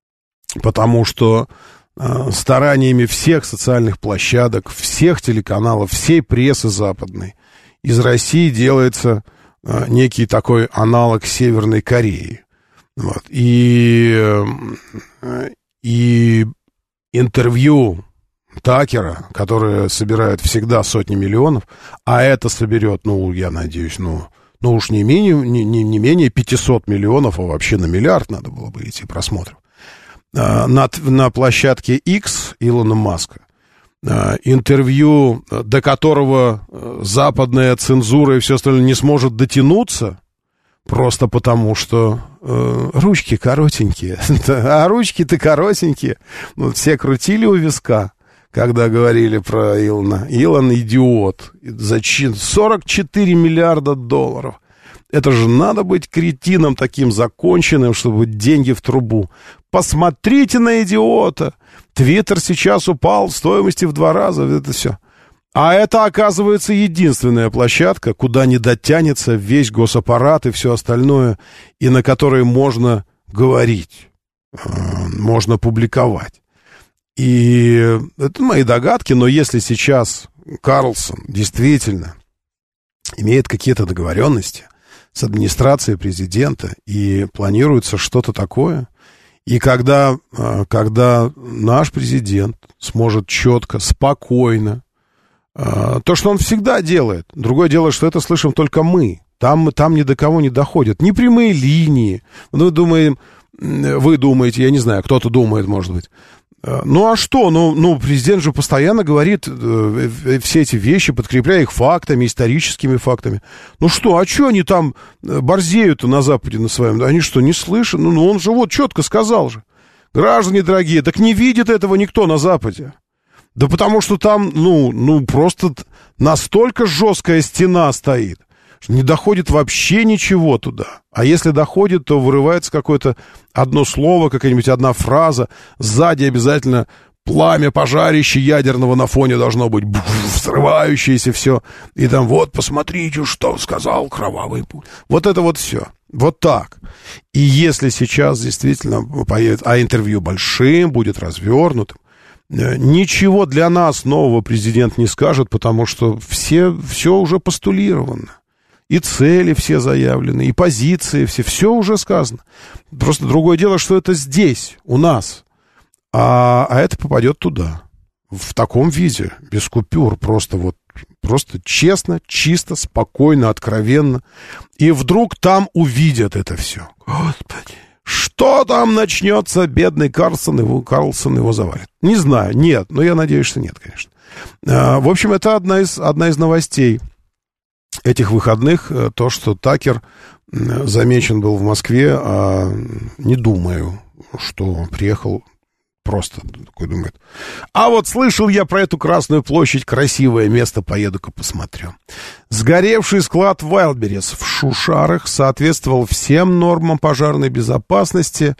Потому что э, стараниями всех социальных площадок, всех телеканалов, всей прессы западной из России делается э, некий такой аналог Северной Кореи. Вот. И, э, и интервью Такера, которые собирают всегда сотни миллионов, а это соберет, ну, я надеюсь, ну, ну уж не менее, не, не, не менее пятьсот миллионов, а вообще на миллиард надо было бы идти просмотров. А, на, на площадке X Илона Маска а, интервью, до которого западная цензура и все остальное не сможет дотянуться, просто потому что э, ручки коротенькие, а ручки-то коротенькие. Вот все крутили у виска, когда говорили про Илона. Илон идиот. Зачем? сорок четыре миллиарда долларов. Это же надо быть кретином таким законченным, чтобы деньги в трубу. Посмотрите на идиота. Твиттер сейчас упал в стоимости в два раза. Это все. А это, оказывается, единственная площадка, куда не дотянется весь госаппарат и все остальное, и на которой можно говорить, можно публиковать. И это мои догадки, но если сейчас Карлсон действительно имеет какие-то договоренности с администрацией президента и планируется что-то такое, и когда, когда наш президент сможет четко, спокойно, то, что он всегда делает, другое дело, что это слышим только мы, там, там ни до кого не доходят, ни прямые линии, мы думаем, вы думаете, я не знаю, кто-то думает, может быть. Ну а что? Ну, ну, президент же постоянно говорит э, все эти вещи, подкрепляя их фактами, историческими фактами. Ну что, а что они там борзеют-то на Западе на своем? Они что, не слышат? Ну, ну он же вот четко сказал же. Граждане дорогие, так не видит этого никто на Западе. Да потому что там, ну, ну просто настолько жесткая стена стоит, что не доходит вообще ничего туда. А если доходит, то вырывается какое-то одно слово, какая-нибудь одна фраза. Сзади обязательно пламя, пожарище ядерного на фоне должно быть, взрывающееся все. И там вот, посмотрите, что сказал кровавый путь. Вот это вот все. Вот так. И если сейчас действительно появится, а интервью большим, будет развернутым, ничего для нас нового президент не скажет, потому что все, все уже постулировано. И цели все заявлены, и позиции все, все уже сказано. Просто другое дело, что это здесь, у нас. А, а это попадет туда. В таком виде, без купюр, просто вот, просто честно, чисто, спокойно, откровенно. И вдруг там увидят это все. Господи, что там начнется, бедный Карлсон его, Карлсон его завалит. Не знаю, нет, но я надеюсь, что нет, конечно. А, в общем, это одна из, одна из новостей этих выходных, то, что Такер замечен был в Москве, а не думаю, что приехал просто такой, думает. А вот слышал я про эту Красную площадь, красивое место, поеду-ка посмотрю. Сгоревший склад Wildberries в Шушарах соответствовал всем нормам пожарной безопасности.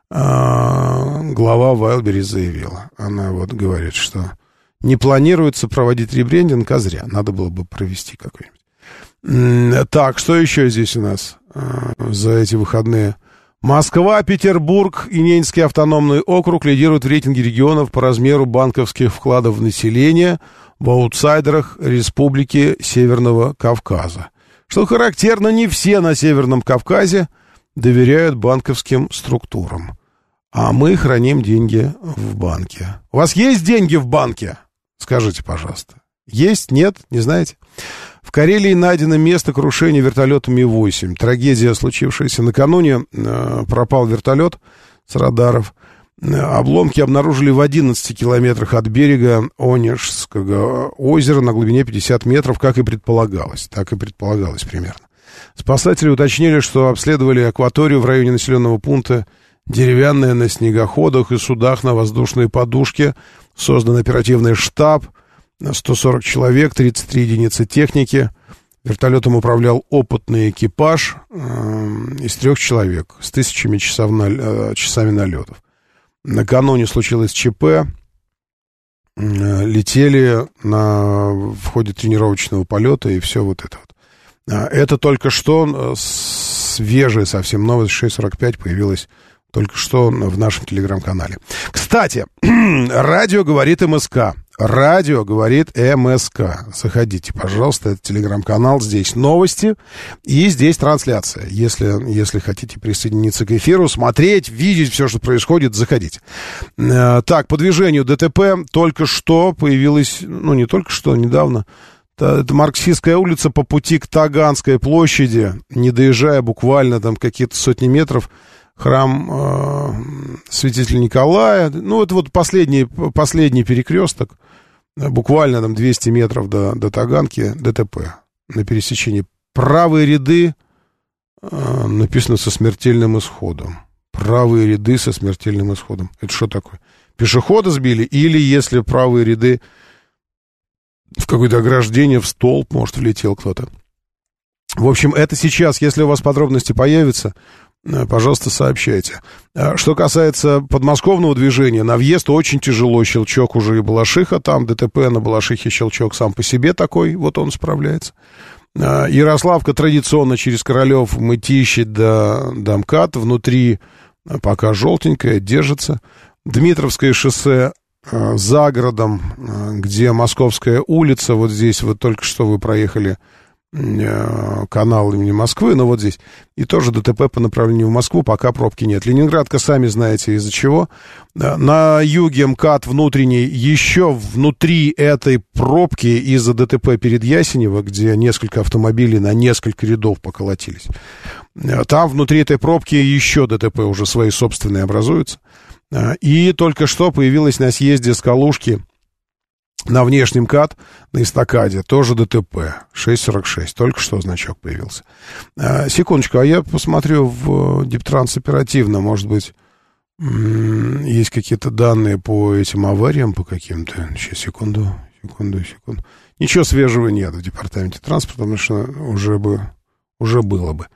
А, глава Wildberries заявила. Она вот говорит, что не планируется проводить ребрендинг, а зря. Надо было бы провести какой-нибудь. Так, что еще здесь у нас э, за эти выходные? Москва, Петербург и Ненецкий автономный округ лидируют в рейтинге регионов по размеру банковских вкладов в население в аутсайдерах Республики Северного Кавказа. Что характерно, не все на Северном Кавказе доверяют банковским структурам. А мы храним деньги в банке. У вас есть деньги в банке? Скажите, пожалуйста. Есть? Нет? Не знаете? В Карелии найдено место крушения вертолета Ми восемь. Трагедия, случившаяся накануне. Пропал вертолет с радаров. Обломки обнаружили в одиннадцати километрах от берега Онежского озера на глубине пятьдесят метров, как и предполагалось. Так и предполагалось примерно. Спасатели уточнили, что обследовали акваторию в районе населенного пункта. Деревянная на снегоходах и судах на воздушной подушке. Создан оперативный штаб. сто сорок человек, тридцать три единицы техники. Вертолетом управлял опытный экипаж э, из трех человек с тысячами часов на, э, часами налетов. Накануне случилось ЧП. Э, летели на, в ходе тренировочного полета и все вот это вот. Э, это только что свежая совсем новость, шесть сорок пять появилась только что в нашем телеграм-канале. Кстати, радио говорит МСК. Радио говорит МСК. Заходите, пожалуйста, это телеграм-канал, здесь новости и здесь трансляция. Если, если хотите присоединиться к эфиру, смотреть, видеть все, что происходит, заходите. Так, по движению ДТП только что появилась, ну не только что, недавно, это Марксистская улица по пути к Таганской площади, не доезжая буквально там какие-то сотни метров, храм э, святителя Николая. Ну, это вот последний, последний перекресток. Буквально там двести метров до, до Таганки. ДТП на пересечении. Правые ряды э, написано со смертельным исходом. Правые ряды со смертельным исходом. Это что такое? Пешехода сбили? Или если правые ряды в какое-то ограждение, в столб, может, влетел кто-то. В общем, это сейчас, если у вас подробности появятся, пожалуйста, сообщайте. Что касается подмосковного движения, на въезд очень тяжело, щелчок уже и Балашиха, там ДТП на Балашихе, щелчок сам по себе такой, вот он справляется. Ярославка традиционно через Королев, Мытищи до, до МКАД, внутри пока желтенькое, держится. Дмитровское шоссе за городом, где Московская улица, вот здесь вот только что вы проехали канал имени Москвы, но вот здесь. И тоже ДТП по направлению в Москву, пока пробки нет. Ленинградка, сами знаете, из-за чего. На юге МКАД внутренний, еще внутри этой пробки из-за ДТП перед Ясенево, где несколько автомобилей на несколько рядов поколотились. Там внутри этой пробки еще ДТП уже свои собственные образуются. И только что появилась на съезде с Калужки на внешнем МКАД, на эстакаде, тоже ДТП, шесть сорок шесть, только что значок появился. А, секундочку, а я посмотрю в Диптранс оперативно, может быть, м- есть какие-то данные по этим авариям, по каким-то, сейчас, секунду, секунду, секунду. Ничего свежего нет в департаменте транспорта, потому что уже бы, уже было бы.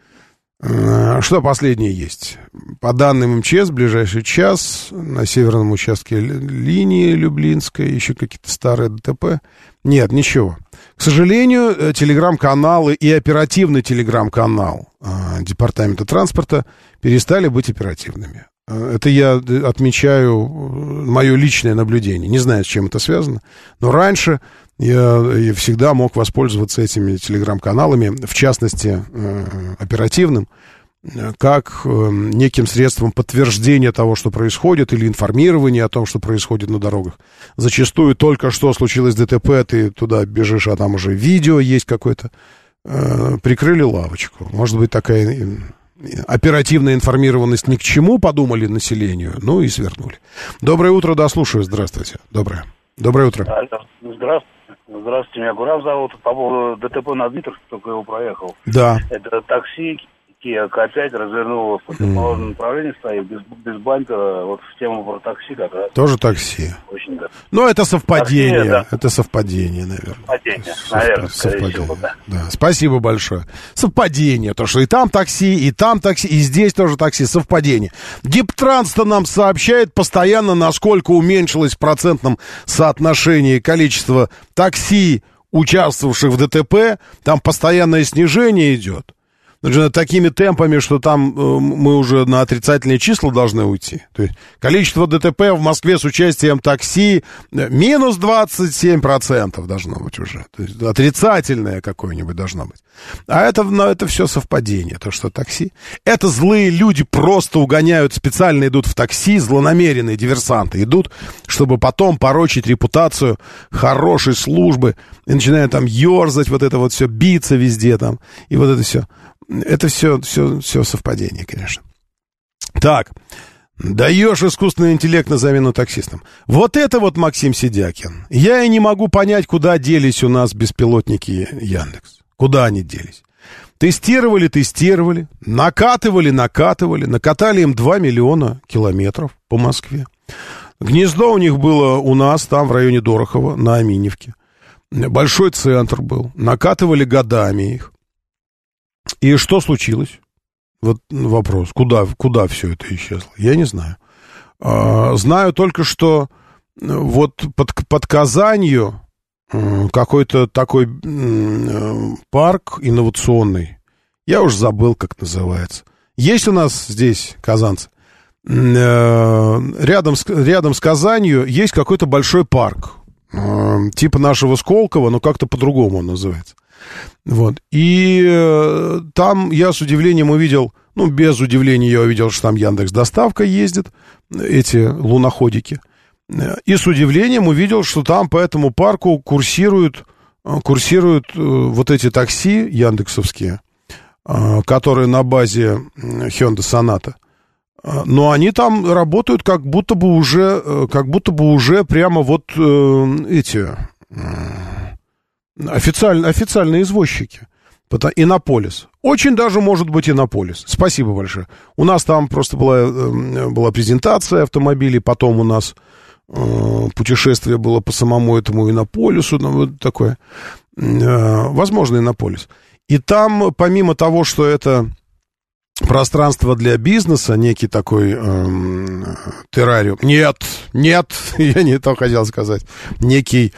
Что последнее есть? По данным МЧС, в ближайший час на северном участке линии Люблинской еще какие-то старые ДТП. Нет, ничего. К сожалению, телеграм-каналы и оперативный телеграм-канал э, Департамента транспорта перестали быть оперативными. Это я отмечаю мое личное наблюдение. Не знаю, с чем это связано, но раньше я, я всегда мог воспользоваться этими телеграм-каналами, в частности, э, оперативным, как э, неким средством подтверждения того, что происходит, или информирования о том, что происходит на дорогах. Зачастую только что случилось ДТП, ты туда бежишь, а там уже видео есть какое-то. Э, прикрыли лавочку. Может быть, такая оперативная информированность ни к чему, подумали населению, ну и свернули. Доброе утро, да, слушаю. Здравствуйте. Доброе. Доброе утро. Здравствуйте. Здравствуйте, меня Гурам зовут. По поводу ДТП на Дмитровске, только его проехал. Да. Это такси Kia К пять развернуло в противоположном mm. направлении, стоит без, без бампера, вот в тему про такси как раз. Тоже такси. Очень, да. Ну, это совпадение. Такси, да. Это совпадение, наверное. Совпадение, наверное. Совпадение. Всего, да. Да. Спасибо большое. Совпадение. То, что и там такси, и там такси, и здесь тоже такси. Совпадение. Диптранс-то нам сообщает постоянно, насколько уменьшилось в процентном соотношении количество такси, участвовавших в ДТП. Там постоянное снижение идет. Такими темпами, что там э, мы уже на отрицательные числа должны уйти. То есть количество ДТП в Москве с участием такси минус двадцать семь процентов должно быть уже. То есть отрицательное какое-нибудь должно быть. А это, ну, это все совпадение, то, что такси. Это злые люди просто угоняют, специально идут в такси, злонамеренные диверсанты идут, чтобы потом порочить репутацию хорошей службы. И начинают там ерзать, вот это вот все, биться везде там, и вот это все. Это все, все, все совпадение, конечно. Так, даешь искусственный интеллект на замену таксистам. Вот это вот Максим Сидякин. Я и не могу понять, куда делись у нас беспилотники Яндекс. Куда они делись? Тестировали, тестировали, накатывали, накатывали, накатали им два миллиона километров по Москве. Гнездо у них было у нас, там, в районе Дорохова, на Аминевке. Большой центр был. Накатывали годами их. И что случилось? Вот вопрос. Куда, куда все это исчезло? Я не знаю. А, знаю только, что вот под, под Казанью какой-то такой парк инновационный. Я уж забыл, как называется. Есть у нас здесь, казанцы, рядом с, рядом с Казанью есть какой-то большой парк. Типа нашего Сколково, но как-то по-другому он называется. Вот. И э, там я с удивлением увидел, ну, без удивления я увидел, что там Яндекс.Доставка ездит, эти луноходики. И с удивлением увидел, что там по этому парку курсируют, курсируют э, вот эти такси яндексовские, э, которые на базе Hyundai Sonata. Но они там работают как будто бы уже, как будто бы уже прямо вот э, эти... Э, Официально, официальные извозчики. Иннополис. Очень даже может быть Иннополис. Спасибо большое. У нас там просто была, была презентация автомобилей, потом у нас э, путешествие было по самому этому Иннополису, ну, вот такое. Э, возможно, Иннополис. И там, помимо того, что это пространство для бизнеса, некий такой эм, террариум. Нет, нет, я не то хотел сказать. Некий,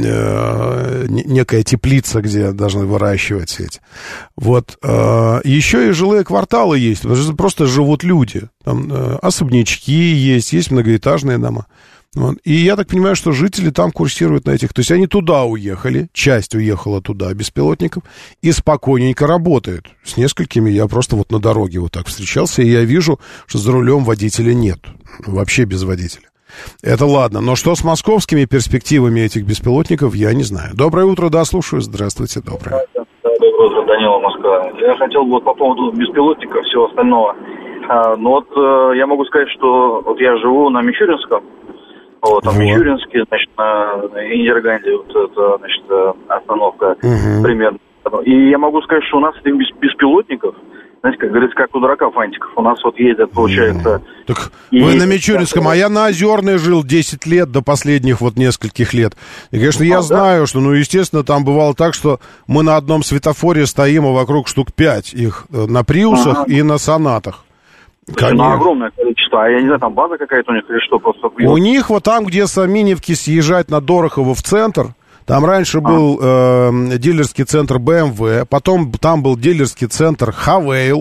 э, некая теплица, где должны выращивать все эти. Вот. Э, еще и жилые кварталы есть, потому что просто живут люди. Там э, особнячки есть, есть многоэтажные дома. Вот. И я так понимаю, что жители там курсируют на этих... То есть они туда уехали, часть уехала туда, беспилотников, и спокойненько работают. С несколькими я просто вот на дороге вот так встречался, и я вижу, что за рулем водителя нет. Вообще без водителя. Это ладно. Но что с московскими перспективами этих беспилотников, я не знаю. Доброе утро, да, слушаю. Здравствуйте, доброе. Доброе утро, Данила, Москва. Я хотел бы вот по поводу беспилотников и всего остального. А, ну вот я могу сказать, что вот я живу на Мичуринском. Вот, там в Мичуринске, значит, на Индерганде, вот это, значит, остановка угу. примерно. И я могу сказать, что у нас этих беспилотников, знаете, как говорится, как у дурака фантиков. У нас вот ездят, получается... Так и вы на Мичуринском, а я на Озерной жил десять лет, до последних вот нескольких лет. И, конечно, я а, знаю, да? что, ну, естественно, там бывало так, что мы на одном светофоре стоим, а вокруг штук пять их на Приусах ага. и на Сонатах. Конечно. Огромное количество. А я не знаю, там база какая-то у них или что? Просто... У них вот там, где с Аминевки съезжать на Дорохово в центр, там раньше а. был э, дилерский центр бэ эм вэ, потом там был дилерский центр Хавейл,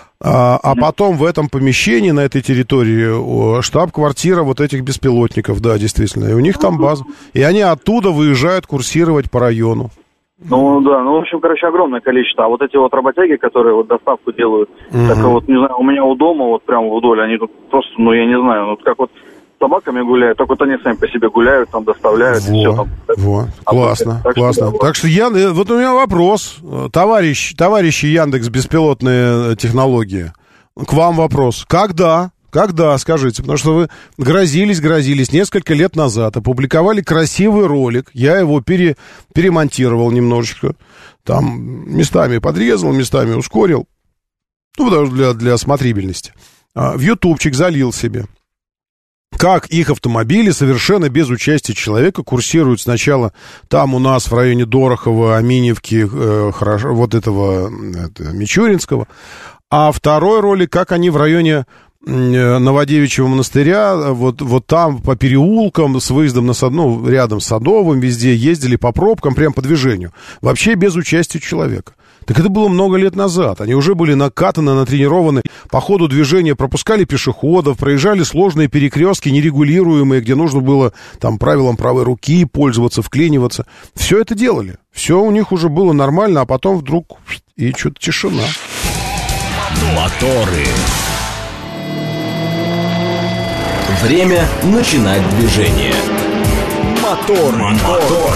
а, а потом в этом помещении, на этой территории, штаб-квартира вот этих беспилотников, да, действительно. И у них там база. И они оттуда выезжают курсировать по району. Ну, да, ну, в общем, короче, огромное количество. А вот эти вот работяги, которые вот доставку делают, mm-hmm. так вот, не знаю, у меня у дома, вот прямо вдоль, они тут просто, ну, я не знаю, вот как вот с собаками гуляют, так вот они сами по себе гуляют, там, доставляют, во, все там. Во, а классно, так классно. Что, так что я, вот у меня вопрос, товарищ, товарищи Яндекс беспилотные технологии, к вам вопрос, когда... Когда, скажите, потому что вы грозились, грозились несколько лет назад, опубликовали красивый ролик, я его пере, перемонтировал немножечко, там местами подрезал, местами ускорил, ну, потому что для, для смотрибельности. А, в ютубчик залил себе. Как их автомобили совершенно без участия человека курсируют сначала там у нас в районе Дорохова, Аминевки, э, хорошо, вот этого это, Мичуринского, а второй ролик, как они в районе... Новодевичьего монастыря, вот, вот там по переулкам с выездом на Сад, ну, рядом с Садовым, везде ездили по пробкам, прям по движению. Вообще без участия человека. Так это было много лет назад. Они уже были накатаны, натренированы. По ходу движения пропускали пешеходов, проезжали сложные перекрестки, нерегулируемые, где нужно было там правилам правой руки пользоваться, вклиниваться. Все это делали. Все у них уже было нормально, а потом вдруг и что-то тишина. Моторы. Время начинать движение. Мотор, мотор.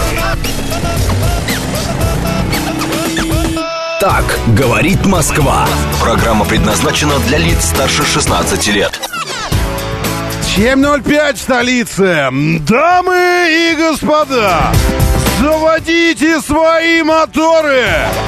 Так говорит Москва. Программа предназначена для лиц старше шестнадцати лет. семь ноль пять в столице. Дамы и господа, заводите свои моторы.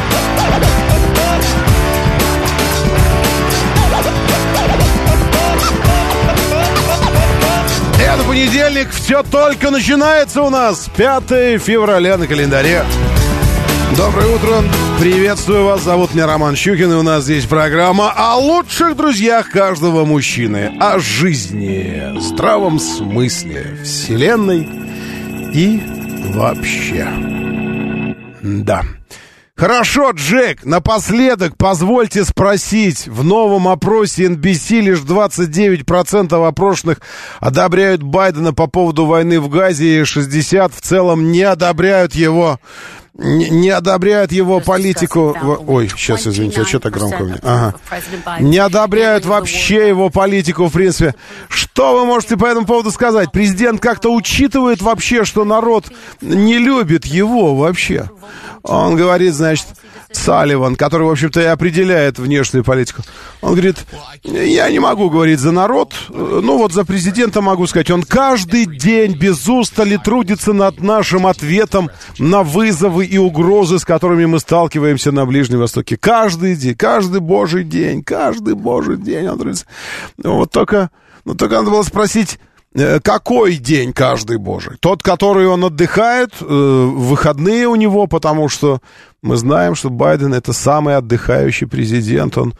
Это понедельник, все только начинается у нас. пятое февраля на календаре. Доброе утро, приветствую вас, зовут меня Роман Щукин, и у нас здесь программа о лучших друзьях каждого мужчины, о жизни, здравом смысле, вселенной и вообще. Да. Хорошо, Джек, напоследок позвольте спросить. В новом опросе эн би си лишь двадцать девять процентов опрошенных одобряют Байдена по поводу войны в Газе, и шестьдесят процентов в целом не одобряют его, не, не одобряют его политику. Ой, сейчас, извините, а что так громко у меня? Ага. Не одобряют вообще его политику, в принципе. Что вы можете по этому поводу сказать? Президент как-то учитывает вообще, что народ не любит его вообще? Он говорит, значит, Салливан, который, в общем-то, и определяет внешнюю политику. Он говорит, я не могу говорить за народ, ну вот за президента могу сказать, он каждый день без устали трудится над нашим ответом на вызовы и угрозы, с которыми мы сталкиваемся на Ближнем Востоке. Каждый день, каждый божий день, каждый божий день он трудится. Вот только, ну, только надо было спросить, какой день каждый божий? Тот, который он отдыхает, э, выходные у него, потому что мы знаем, что Байден — это самый отдыхающий президент. Он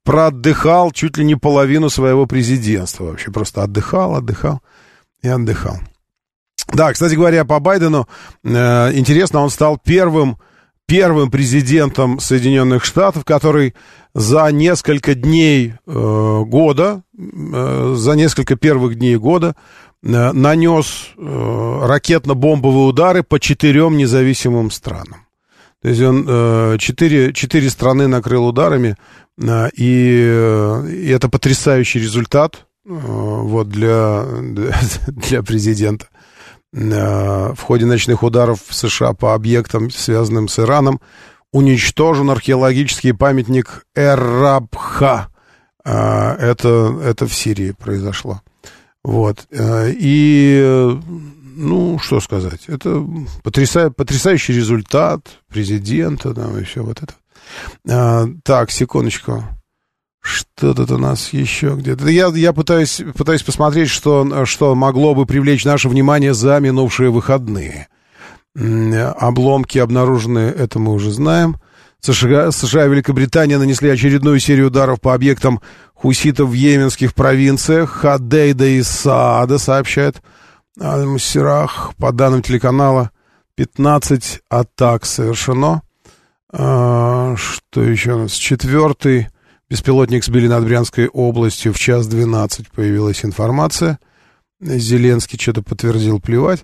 проотдыхал чуть ли не половину своего президентства. Вообще просто отдыхал, отдыхал и отдыхал. Да, кстати говоря, по Байдену, э, интересно, он стал первым, первым президентом Соединенных Штатов, который за несколько дней э, года, э, за несколько первых дней года э, нанес э, ракетно-бомбовые удары по четырем независимым странам. То есть он э, четыре, четыре страны накрыл ударами, э, и, э, и это потрясающий результат э, вот для, для президента. В ходе ночных ударов в США по объектам, связанным с Ираном, уничтожен археологический памятник Эр-Рабха. Это, это в Сирии произошло. Вот. И, ну, что сказать, это потряса, потрясающий результат президента, там, и все вот это. Так, секундочку. Что тут у нас еще где-то? Я, я пытаюсь, пытаюсь посмотреть, что, что могло бы привлечь наше внимание за минувшие выходные. Обломки обнаружены, это мы уже знаем. США, США и Великобритания нанесли очередную серию ударов по объектам хуситов в йеменских провинциях Ходейда и Саада, сообщает Аль-Мусирах. По данным телеканала, пятнадцать атак совершено. А, что еще у нас? Четвертый беспилотник сбили над Брянской областью в час двенадцать, появилась информация. Зеленский что-то подтвердил, плевать.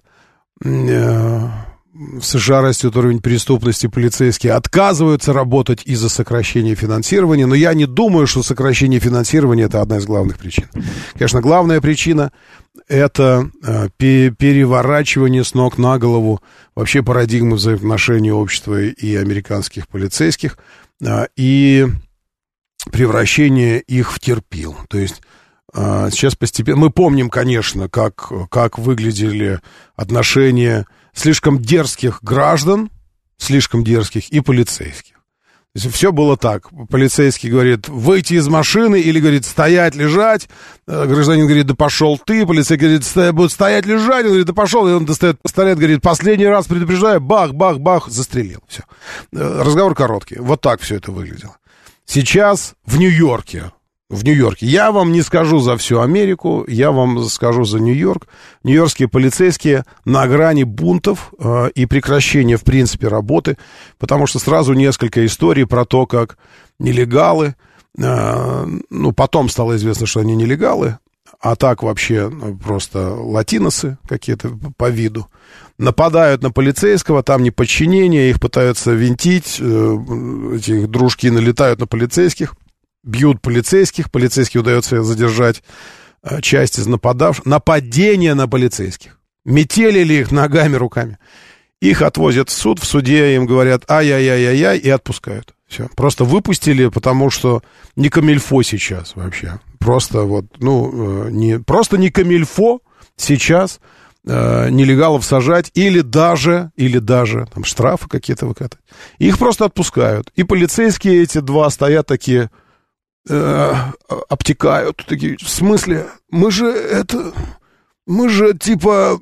В США растет уровень преступности, полицейские отказываются работать из-за сокращения финансирования, но я не думаю, что сокращение финансирования — это одна из главных причин. Конечно, главная причина — это переворачивание с ног на голову вообще парадигмы взаимоотношений общества и американских полицейских, и превращение их в терпил. То есть а, сейчас постепенно... Мы помним, конечно, как, как выглядели отношения слишком дерзких граждан, слишком дерзких, и полицейских. То есть все было так. Полицейский говорит: выйти из машины, или говорит: стоять, лежать. Гражданин говорит: да пошел ты. Полицейский говорит: Сто... будет стоять, лежать. Он говорит: да пошел. И он достает пистолет, говорит: последний раз предупреждаю. Бах, бах, бах, застрелил. Все. Разговор короткий. Вот так все это выглядело. Сейчас в Нью-Йорке, в Нью-Йорке, я вам не скажу за всю Америку, я вам скажу за Нью-Йорк. Нью-Йоркские полицейские на грани бунтов э, и прекращения, в принципе, работы, потому что сразу несколько историй про то, как нелегалы, э, ну, потом стало известно, что они нелегалы, а так вообще ну, просто латиносы какие-то по виду, нападают на полицейского, там неподчинение, их пытаются винтить, эти дружки налетают на полицейских, бьют полицейских, полицейским удается задержать часть из нападавших. Нападение на полицейских. Метелили их ногами, руками. Их отвозят в суд, в суде им говорят ай-яй-яй-яй-яй и отпускают. Все. Просто выпустили, потому что не камильфо сейчас вообще. Просто вот, ну, не, просто не камильфо сейчас э, нелегалов сажать или даже, или даже там штрафы какие-то выкатывать. Их просто отпускают. И полицейские эти два стоят такие, э, обтекают. Такие, в смысле, мы же это... Мы же типа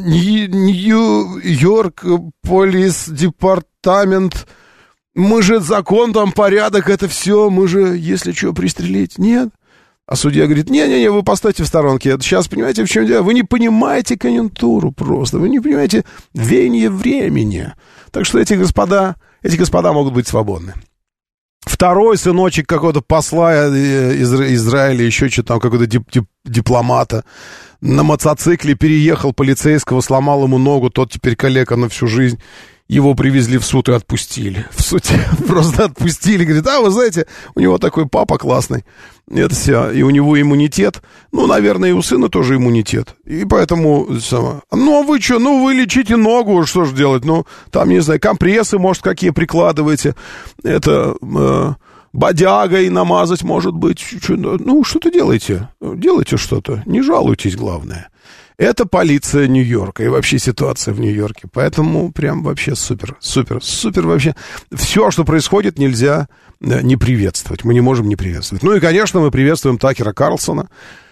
Нью-Йорк, полис, департамент, мы же закон, там порядок, это все, мы же, если что, пристрелить, нет. А судья говорит: не-не-не, вы поставьте в сторонке. Сейчас, понимаете, в чем дело? Вы не понимаете конъюнктуру просто, вы не понимаете веяние времени. Так что эти господа, эти господа могут быть свободны. Второй сыночек какого-то посла из Израиля, еще что-то там, какого-то дип- дип- дипломата, на мотоцикле переехал полицейского, сломал ему ногу, тот теперь калека на всю жизнь. Его привезли в суд и отпустили. В суде просто отпустили. Говорит: а, вы знаете, у него такой папа классный. Это все. И у него иммунитет. Ну, наверное, и у сына тоже иммунитет. И поэтому... Ну, а вы что? Ну, вы лечите ногу, что же делать? Ну, там, не знаю, компрессы, может, какие прикладываете. Это... Э, бодягой намазать, может быть. Ну, что-то делайте. Делайте что-то. Не жалуйтесь, главное. Это полиция Нью-Йорка и вообще ситуация в Нью-Йорке. Поэтому прям вообще супер, супер, супер вообще. Все, что происходит, нельзя не приветствовать. Мы не можем не приветствовать. Ну и, конечно, мы приветствуем Такера Карлсона,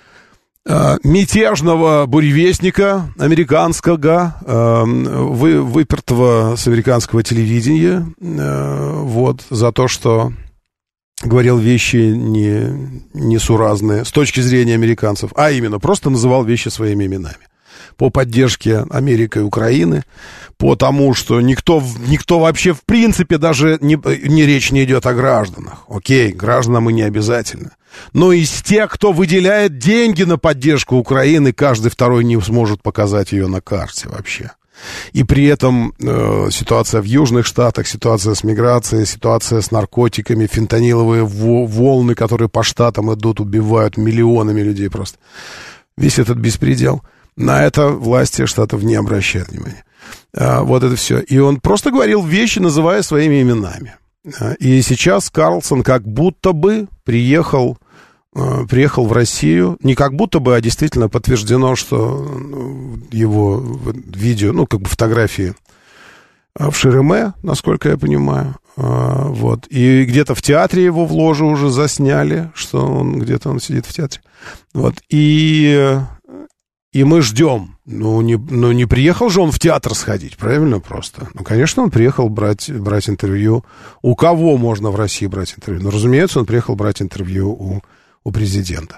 мятежного буревестника американского, вы, выпертого с американского телевидения, вот, за то, что говорил вещи не, несуразные с точки зрения американцев, а именно просто называл вещи своими именами. По поддержке Америки и Украины, по тому, что никто, никто вообще в принципе даже не, не речь не идет о гражданах. Окей, гражданам и не обязательно. Но из тех, кто выделяет деньги на поддержку Украины, каждый второй не сможет показать ее на карте вообще. И при этом э, ситуация в Южных Штатах, ситуация с миграцией, ситуация с наркотиками, фентаниловые волны, которые по штатам идут, убивают миллионами людей просто. Весь этот беспредел. На это власти штатов не обращают внимания. А, вот это все. И он просто говорил вещи, называя своими именами. А, и сейчас Карлсон как будто бы приехал, а, приехал в Россию. Не как будто бы, а действительно подтверждено, что его видео, ну, как бы фотографии в Шереме, насколько я понимаю. А, вот. И где-то в театре его в ложе уже засняли, что он где-то он сидит в театре. Вот. И... И мы ждем. Ну не, ну, не приехал же он в театр сходить, правильно просто? Ну, конечно, он приехал брать, брать интервью. У кого можно в России брать интервью? Ну, разумеется, он приехал брать интервью у, у президента.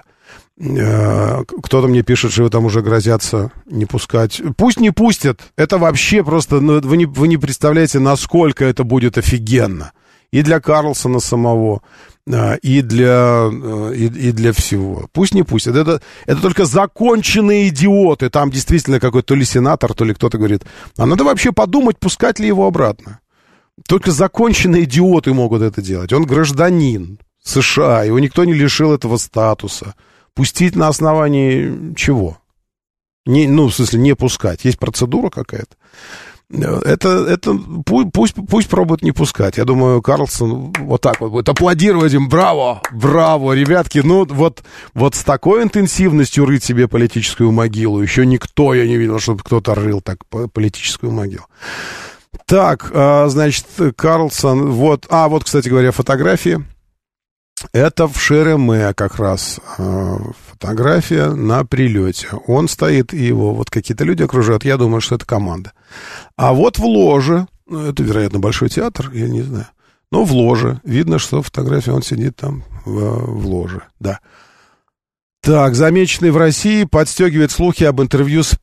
Кто-то мне пишет, что его там уже грозятся не пускать. Пусть не пустят. Это вообще просто... Ну, вы, не, вы не представляете, насколько это будет офигенно. И для Карлсона самого, и для, и, и для всего. Пусть не пустят. Это, это только законченные идиоты. Там действительно какой-то то ли сенатор, то ли кто-то говорит, а надо вообще подумать, пускать ли его обратно. Только законченные идиоты могут это делать. Он гражданин США, его никто не лишил этого статуса. Пустить на основании чего? Не, ну, в смысле, не пускать. Есть процедура какая-то. Это, это пусть, пусть, пусть пробуют не пускать. Я думаю, Карлсон вот так вот будет аплодировать им. Браво, браво, ребятки. Ну, вот, вот с такой интенсивностью рыть себе политическую могилу. Еще никто, я не видел, чтобы кто-то рыл так политическую могилу. Так, значит, Карлсон, вот, а, вот, кстати говоря, фотографии. Это в Шереме как раз фотография на прилете. Он стоит, и его вот какие-то люди окружают. Я думаю, что это команда. А вот в ложе, ну, это, вероятно, Большой театр, я не знаю. Но в ложе. Видно, что фотография, он сидит там в, в ложе, да. Так, замеченный в России подстегивает слухи об интервью с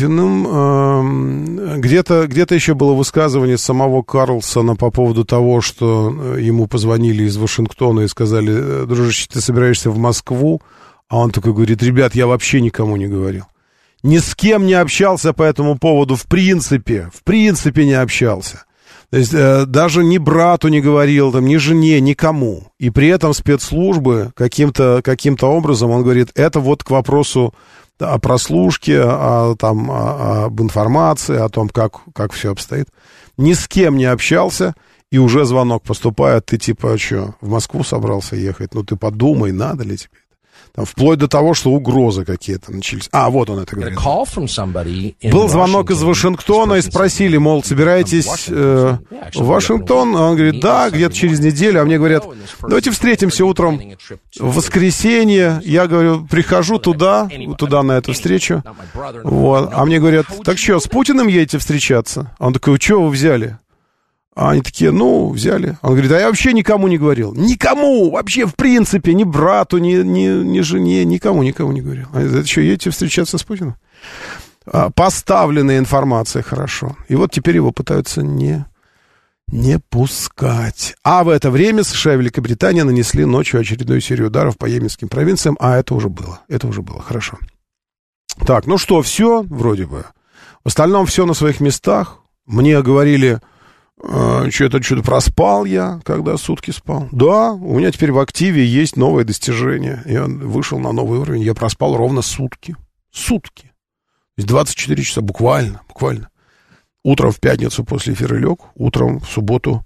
Путиным. Где-то, где-то еще было высказывание самого Карлсона по поводу того, что ему позвонили из Вашингтона и сказали: дружище, ты собираешься в Москву? А он такой говорит: ребят, я вообще никому не говорил. Ни с кем не общался по этому поводу, в принципе, в принципе не общался. То есть э, даже ни брату не говорил, там, ни жене, никому. И при этом спецслужбы каким-то, каким-то образом, он говорит, это вот к вопросу о прослушке, о, там, о, об информации, о том, как, как все обстоит. Ни с кем не общался, и уже звонок поступает, ты типа, а что, в Москву собрался ехать? Ну ты подумай, надо ли тебе? Там, вплоть до того, что угрозы какие-то начались. А, вот он это говорит. Был звонок из Вашингтона, и спросили, мол, собираетесь э, в Вашингтон? Он говорит, да, где-то через неделю. А мне говорят, давайте встретимся утром в воскресенье. Я говорю, прихожу туда, туда на эту встречу. Вот. А мне говорят, так что, с Путиным едете встречаться? Он такой, что вы взяли? А они такие, ну, взяли. Он говорит, а я вообще никому не говорил. Никому, вообще, в принципе, ни брату, ни, ни, ни жене, никому, никому не говорил. А это что, едете встречаться с Путиным? А, поставленная информация, хорошо. И вот теперь его пытаются не, не пускать. А в это время США и Великобритания нанесли ночью очередную серию ударов по йеменским провинциям. А это уже было, это уже было, хорошо. Так, ну что, все, вроде бы. В остальном все на своих местах. Мне говорили... Что-то, что-то проспал я, когда сутки спал. Да, у меня теперь в активе есть новое достижение. Я вышел на новый уровень. Я проспал ровно сутки. Сутки. То есть двадцать четыре часа, буквально, буквально. Утром в пятницу после эфира лег. Утром в субботу...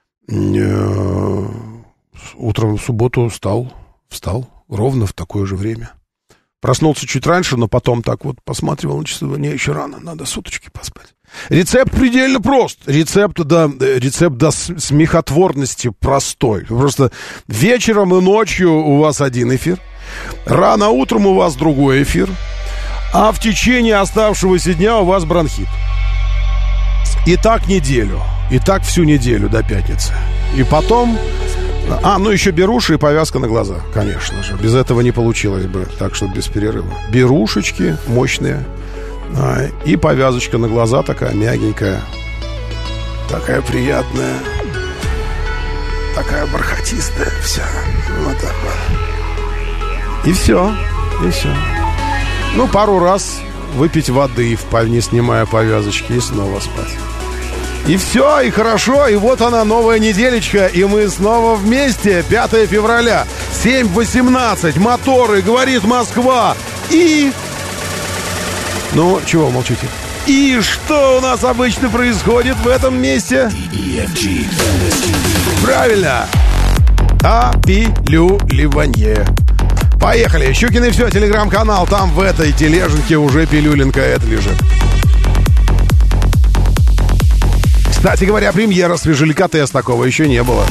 Э, утром в субботу встал. Встал ровно в такое же время. Проснулся чуть раньше, но потом так вот посматривал на часы. Не, еще рано, надо суточки поспать. Рецепт предельно прост. Рецепт до, рецепт до смехотворности простой. Просто вечером и ночью у вас один эфир. Рано утром у вас другой эфир. А в течение оставшегося дня у вас бронхит. И так неделю. И так всю неделю до пятницы. И потом А, ну еще беруши и повязка на глаза, конечно же. Без этого не получилось бы, так что без перерыва. Берушечки мощные. А, и повязочка на глаза такая мягенькая. Такая приятная. Такая бархатистая вся. Вот так вот. И все. И все. Ну, пару раз выпить воды, не снимая повязочки, и снова спать. И все, и хорошо, и вот она, новая неделечка, и мы снова вместе. пятое февраля, семь восемнадцать, моторы, говорит Москва. И... Ну, чего молчите? И что у нас обычно происходит в этом месте? Правильно. Опилюливанье. Поехали. Щукин и все, телеграм-канал. Там в этой тележеньке уже пилюленка это лежит. Кстати говоря, премьера свежеликотес, такого еще не было.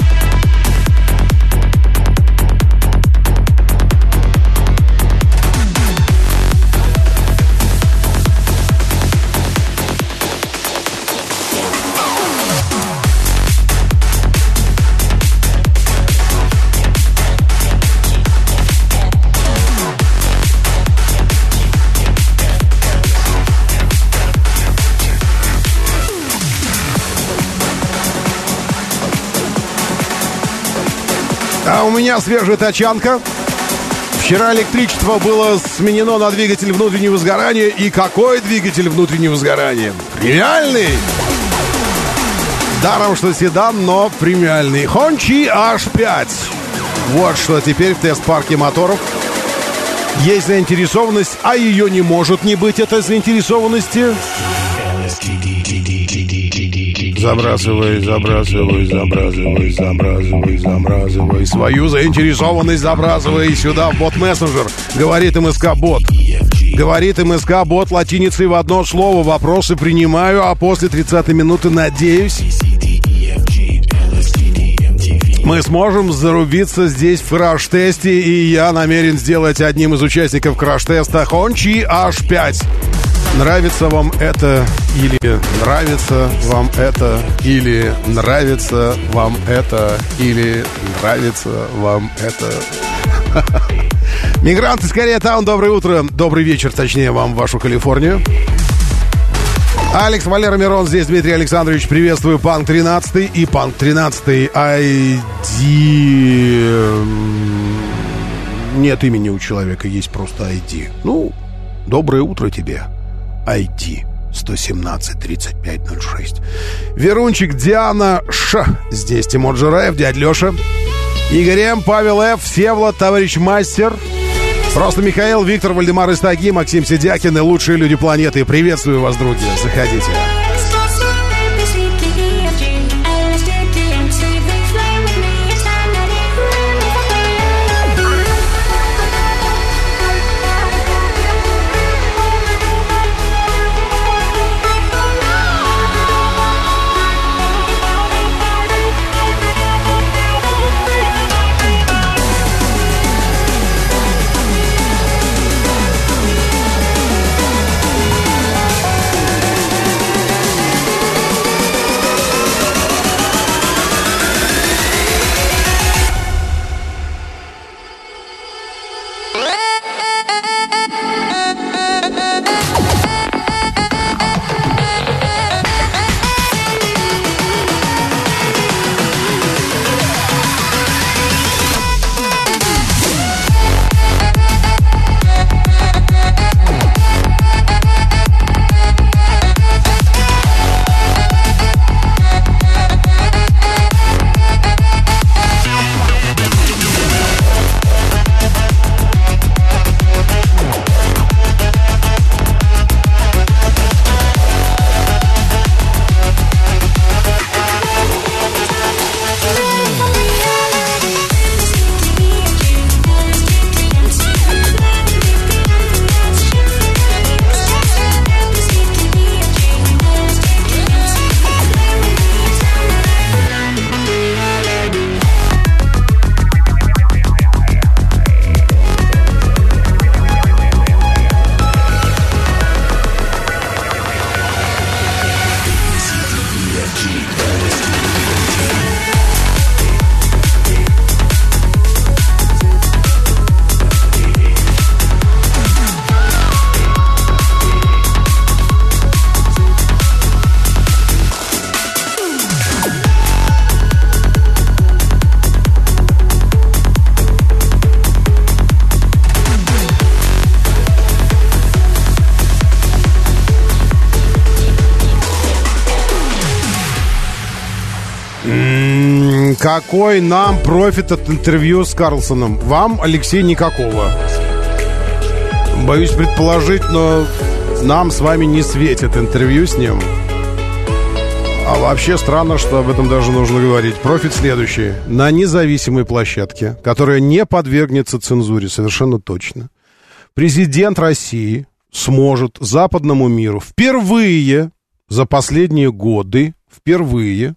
А у меня свежая тачанка. Вчера электричество было сменено на двигатель внутреннего сгорания. И какой двигатель внутреннего сгорания? Премиальный! Даром, что седан, но премиальный. Хончи эйч пять. Вот что теперь в тест-парке моторов. Есть заинтересованность, а ее не может не быть, этой заинтересованности. Забрасывай, забрасывай, забрасывай, забрасывай, забрасывай. Свою заинтересованность забрасывай сюда в бот-мессенджер. Говорит МСК-бот. Говорит МСК-бот латиницей в одно слово. Вопросы принимаю, а после тридцатой минуты, надеюсь, мы сможем зарубиться здесь в краш-тесте. И я намерен сделать одним из участников краш-теста Хончи эйч пять. Нравится вам это или нравится вам это, или нравится вам это, или нравится вам это. Мигранты из Кореятаун, доброе утро, добрый вечер, точнее, вам в вашу Калифорнию. Алекс, Валера, Мирон, здесь Дмитрий Александрович, приветствую. Панк тринадцатый и Панк тринадцатый ай ди... Нет имени у человека, есть просто ай ди. Ну, доброе утро тебе. ай ди сто семнадцать тридцать пять ноль шесть. Верунчик, Диана Ш. Здесь Тимур Джураев, дядь Леша, Игорь М, Павел Ф, Всеволод, товарищ мастер, просто Михаил, Виктор, Вальдемар Истаги, Максим Сидякин и лучшие люди планеты. Приветствую вас, друзья. Заходите. какой нам профит от интервью с Карлсоном? Вам, Алексей, никакого. Боюсь предположить, но нам с вами не светит интервью с ним. А вообще странно, что об этом даже нужно говорить. Профит следующий. На независимой площадке, которая не подвергнется цензуре, совершенно точно, президент России сможет западному миру впервые за последние годы, впервые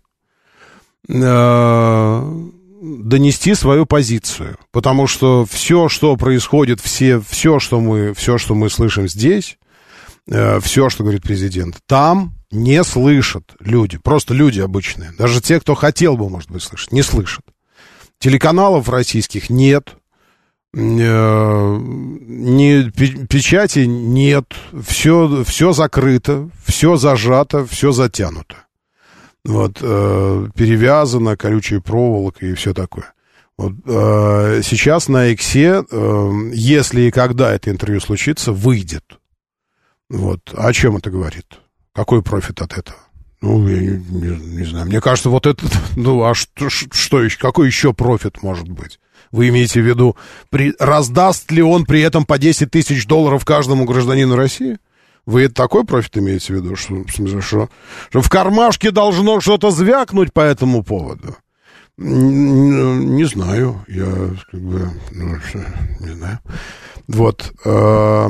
э, донести свою позицию. Потому что все, что происходит, все, все, что мы, все, что мы слышим здесь, э, все, что говорит президент, там не слышат люди. Просто люди обычные. Даже те, кто хотел бы, может быть, слышать, не слышат. Телеканалов российских нет. Э, не, печати нет. Все, все закрыто, все зажато, все затянуто. Вот, э, перевязано колючей проволокой и все такое. Вот, э, сейчас на Иксе, э, если и когда это интервью случится, выйдет. Вот. О чем это говорит? Какой профит от этого? Ну, я не, не, не знаю. Мне кажется, вот это... Ну, а что, что еще? Какой еще профит может быть? Вы имеете в виду, при, раздаст ли он при этом по десять тысяч долларов каждому гражданину России? Вы это такой профит имеете в виду? Что, в смысле, что, что в кармашке должно что-то звякнуть по этому поводу? Не, не знаю. Я как бы... Ну, не знаю. Вот... Э,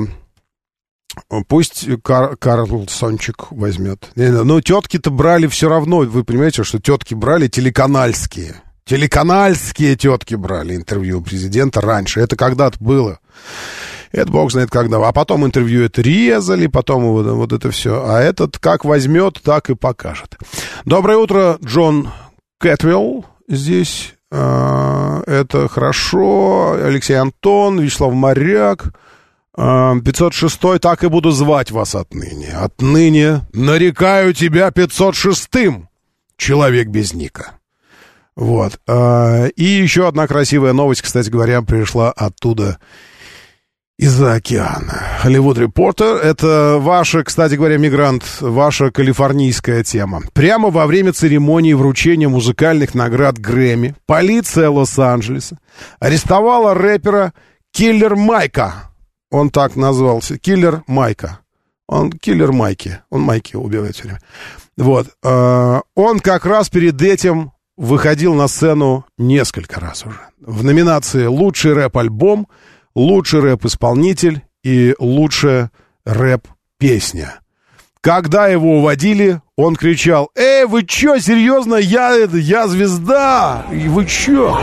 Пусть Кар- Карлсончик возьмет. Но тетки-то брали все равно. Вы понимаете, что тетки брали телеканальские. Телеканальские тетки брали интервью у президента раньше. Это когда-то было. Это бог знает когда. А потом интервью это резали, потом вот, вот это все. А этот как возьмет, так и покажет. Доброе утро, Джон Кэтвилл здесь. Это хорошо. Алексей Антон, Вячеслав Моряк. пятьсот шестой, так и буду звать вас отныне. Отныне нарекаю тебя пятьсот шестым, человек без ника. Вот. И еще одна красивая новость, кстати говоря, пришла оттуда, из-за океана. Hollywood Reporter — это ваша, кстати говоря, мигрант, ваша калифорнийская тема. Прямо во время церемонии вручения музыкальных наград Грэмми полиция Лос-Анджелеса арестовала рэпера Киллер Майка. Он так назвался. Киллер Майка. Он киллер Майки. Он Майки убивает все время. Вот. Он как раз перед этим выходил на сцену несколько раз уже. В номинации «Лучший рэп-альбом», «Лучший рэп-исполнитель» и «Лучшая рэп-песня». Когда его уводили, он кричал: «Эй, вы чё, серьезно? Я, я звезда! Вы чё?»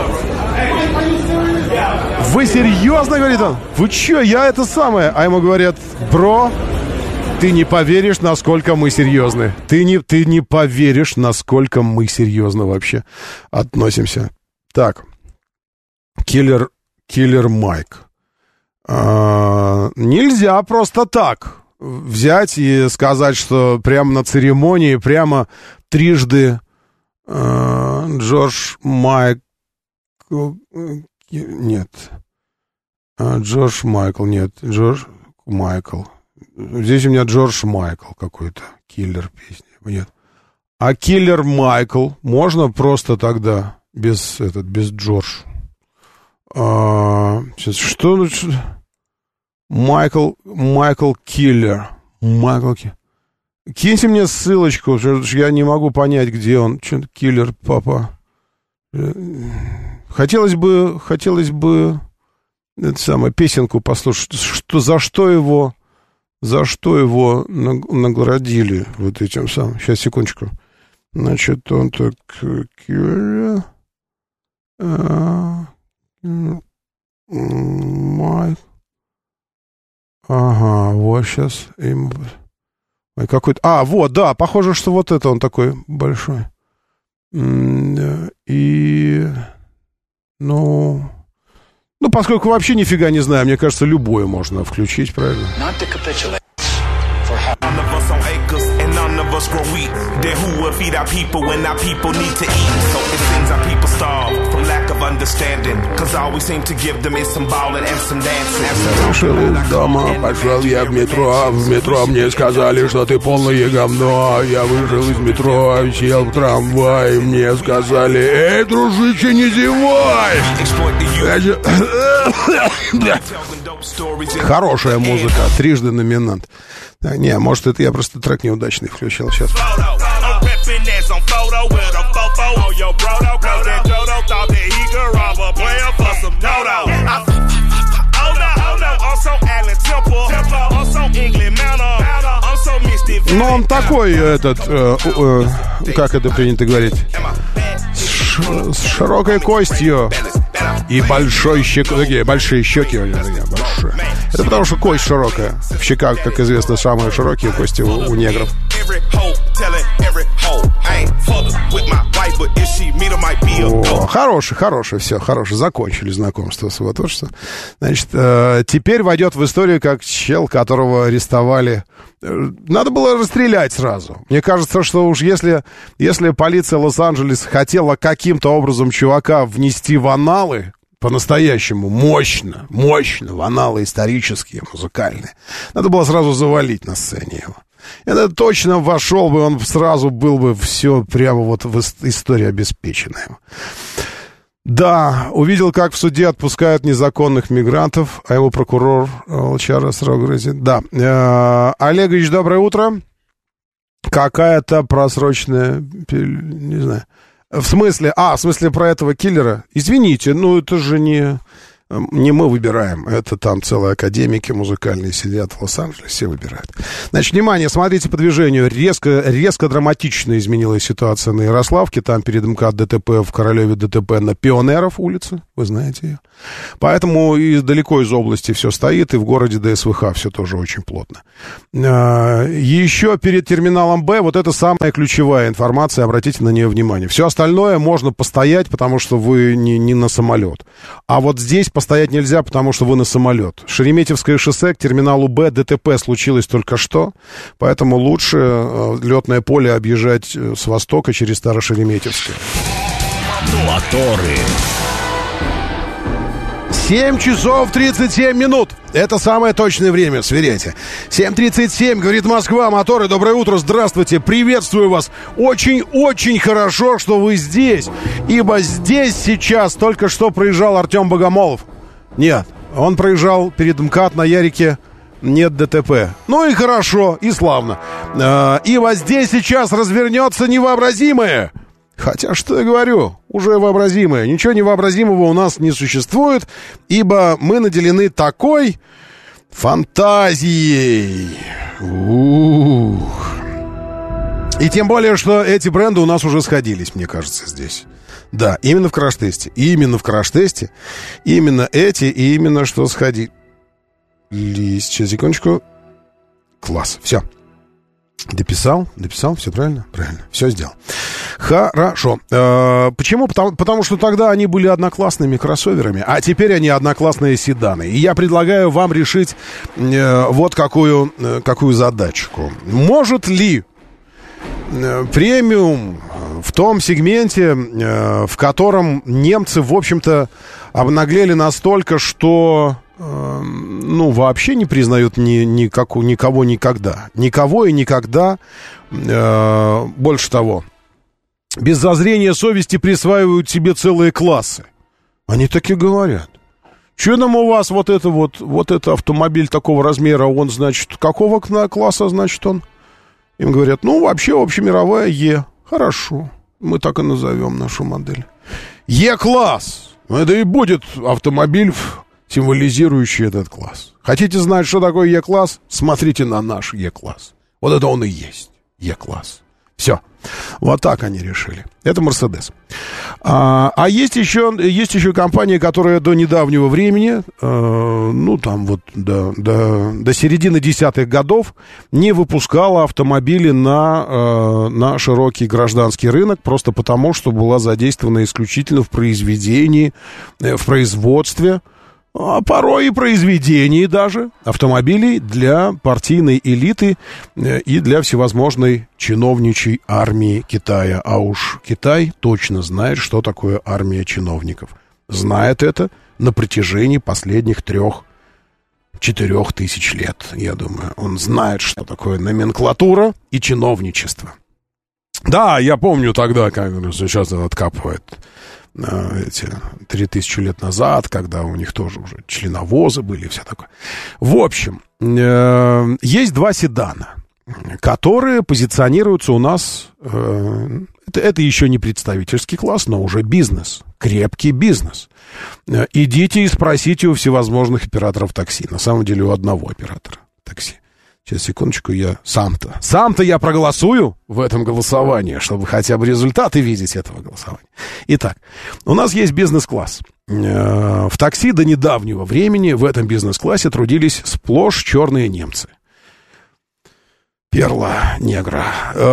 «Вы серьезно?» — говорит он. «Вы чё, я это самое?» А ему говорят: «Бро, ты не поверишь, насколько мы серьезны. Ты не, ты не поверишь, насколько мы серьезно вообще относимся». Так, Киллер, Киллер Майк. А, нельзя просто так взять и сказать, что прямо на церемонии, прямо трижды а, Джордж Майк... Нет. А, Джордж Майкл, нет. Джордж Майкл. Здесь у меня Джордж Майкл какой-то. Киллер песни. Нет. А Киллер Майкл можно просто тогда без, этот, без Джордж. А, сейчас, что? Майкл, Майкл Киллер. Майкл Киллер. Киньте мне ссылочку, я не могу понять, где он. Что-то Киллер, папа. Хотелось бы, хотелось бы это самое, песенку послушать, что, за что его, за что его наградили вот этим самым. Сейчас, секундочку. Значит, он так... Майк. Ага, вот сейчас. Какой-то... А, вот, да, похоже, что вот это он такой большой. И... Ну... Ну, поскольку вообще нифига не знаю, мне кажется, любое можно включить, правильно? of us grow weak, then who will feed our people when our people need to eat? So it seems our people starve from lack of understanding, cause all we seem to give them is some ballin' and some dancing. Вышел из дома, пошел я в метро. В метро мне сказали, что ты полное говно. Я вышел из метро, сел в трамвай. Мне сказали: эй, дружище, не зевай. Хорошая музыка, трижды номинант. Так, не, может, это я просто трек неудачный включил сейчас. Но он такой, этот, э, э, как это принято говорить, с, с широкой костью и большой щекой, такие большие щеки, большие. Это потому что кость широкая. В щеках, как известно, самые широкие кости у, у негров. О, хороший, хороший, все, хороший. Закончили знакомство с его творчеством. Значит, э, теперь войдет в историю как чел, которого арестовали. Надо было расстрелять сразу. Мне кажется, что уж если, если полиция Лос-Анджелеса хотела каким-то образом чувака внести в анналы, по-настоящему мощно, мощно, в анналы исторические, музыкальные, надо было сразу завалить на сцене его. Это точно вошел бы, он сразу был бы все прямо вот в истории обеспеченная. Да, увидел, как в суде отпускают незаконных мигрантов, а его прокурор Волчара срок грозит. Да, э, Олегович, доброе утро. Какая-то просроченная, не знаю, в смысле, а, в смысле про этого киллера? Извините, ну это же не... Не мы выбираем, это там целые академики музыкальные сидят в Лос-Анджелесе, все выбирают. Значит, внимание, смотрите по движению. Резко, резко драматично изменилась ситуация на Ярославке. Там перед МКАД ДТП, в Королеве ДТП на Пионеров улице, вы знаете ее. Поэтому и далеко из области все стоит, и в городе ДСВХ все тоже очень плотно. Еще перед терминалом Б, вот это самая ключевая информация, обратите на нее внимание. Все остальное можно постоять, потому что вы не, не на самолет. А вот здесь постоять нельзя, потому что вы на самолет. Шереметьевское шоссе к терминалу Б, ДТП случилось только что, поэтому лучше э, летное поле объезжать с востока через Старошереметьевское. Моторы. семь часов тридцать семь минут. Это самое точное время, сверяйте. семь тридцать семь, говорит Москва, моторы. Доброе утро, здравствуйте, приветствую вас. Очень-очень хорошо, что вы здесь. Ибо здесь сейчас только что проезжал Артем Богомолов. Нет, он проезжал перед МКАД на Ярике. Нет ДТП. Ну и хорошо, и славно. Ибо здесь сейчас развернется невообразимое. Хотя, что я говорю, уже вообразимое. Ничего невообразимого у нас не существует, ибо мы наделены такой фантазией. Ух. И тем более, что эти бренды у нас уже сходились, мне кажется, здесь. Да, именно в краш-тесте. Именно в краш-тесте. Именно эти и именно что сходились. Сейчас, секундочку. Класс, все. Дописал, дописал, все правильно? Правильно, все сделал. Хорошо. Э, почему? Потому, потому что тогда они были одноклассными кроссоверами, а теперь они одноклассные седаны. И я предлагаю вам решить э, вот какую, э, какую задачку. Может ли э, премиум в том сегменте, э, в котором немцы, в общем-то, обнаглели настолько, что... ну, вообще не признают ни, никак, никого никогда. Никого и никогда. Э, больше того, без зазрения совести присваивают себе целые классы. Они так и говорят. Че нам у вас вот это вот, вот это автомобиль такого размера, он, значит, какого класса, значит, он? Им говорят, ну, вообще общемировая Е. Хорошо, мы так и назовем нашу модель. Е-класс. Это и будет автомобиль, символизирующий этот класс. Хотите знать, что такое Е-класс? Смотрите на наш Е-класс. Вот это он и есть. Е-класс. Все. Вот так они решили. Это Мерседес. А, а есть еще, есть еще компания, которая до недавнего времени, э, ну, там вот до, до, до середины десятых годов не выпускала автомобили на, э, на широкий гражданский рынок, просто потому, что была задействована исключительно в произведении, э, в производстве а порой и произведений даже автомобилей для партийной элиты и для всевозможной чиновничьей армии Китая. А уж Китай точно знает, что такое армия чиновников. Знает это на протяжении последних трех-четырех тысяч лет, я думаю. Он знает, что такое номенклатура и чиновничество. Да, я помню тогда, как сейчас откапывает эти три тысячи лет назад, когда у них тоже уже членовозы были и все такое. В общем, э, есть два седана, которые позиционируются у нас, э, это, это еще не представительский класс, но уже бизнес, крепкий бизнес. Э, идите и спросите у всевозможных операторов такси, на самом деле у одного оператора такси. Сейчас, секундочку, я сам-то. Сам-то я проголосую в этом голосовании, чтобы хотя бы результаты видеть этого голосования. Итак, у нас есть бизнес-класс. В такси до недавнего времени в этом бизнес-классе трудились сплошь черные немцы. Перла негра.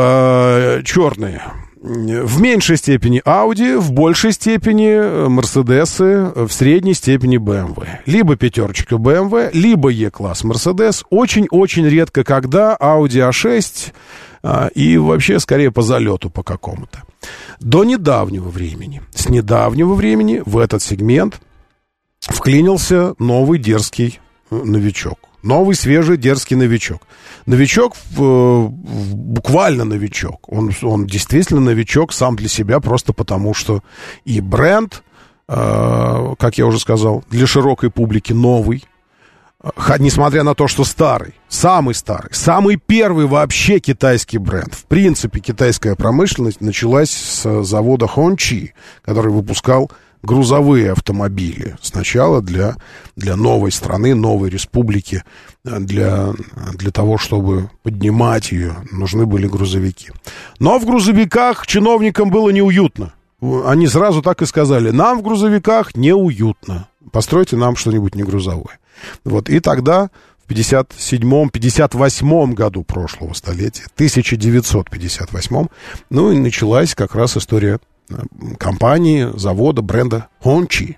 Черные. В меньшей степени Audi, в большей степени Мерседесы, в средней степени бэ эм вэ. Либо пятерочка бэ эм вэ, либо Е-класс Мерседес. Очень-очень редко когда Audi а шесть и вообще скорее по залету по какому-то. До недавнего времени, с недавнего времени в этот сегмент вклинился новый дерзкий новичок. Новый, свежий, дерзкий новичок. Новичок, буквально новичок. Он, он действительно новичок сам для себя, просто потому что и бренд, э, как я уже сказал, для широкой публики новый. Несмотря на то, что старый, самый старый, самый первый вообще китайский бренд. В принципе, китайская промышленность началась с завода Хончи, который выпускал грузовые автомобили. Сначала для, для новой страны, новой республики, для, для того, чтобы поднимать ее, нужны были грузовики. Но в грузовиках чиновникам было неуютно. Они сразу так и сказали: нам в грузовиках неуютно. Постройте нам что-нибудь не грузовое. Вот. И тогда в пятьдесят седьмом — пятьдесят восьмом году прошлого столетия, тысяча девятьсот пятьдесят восьмом, ну и началась как раз история компании, завода, бренда Хончи.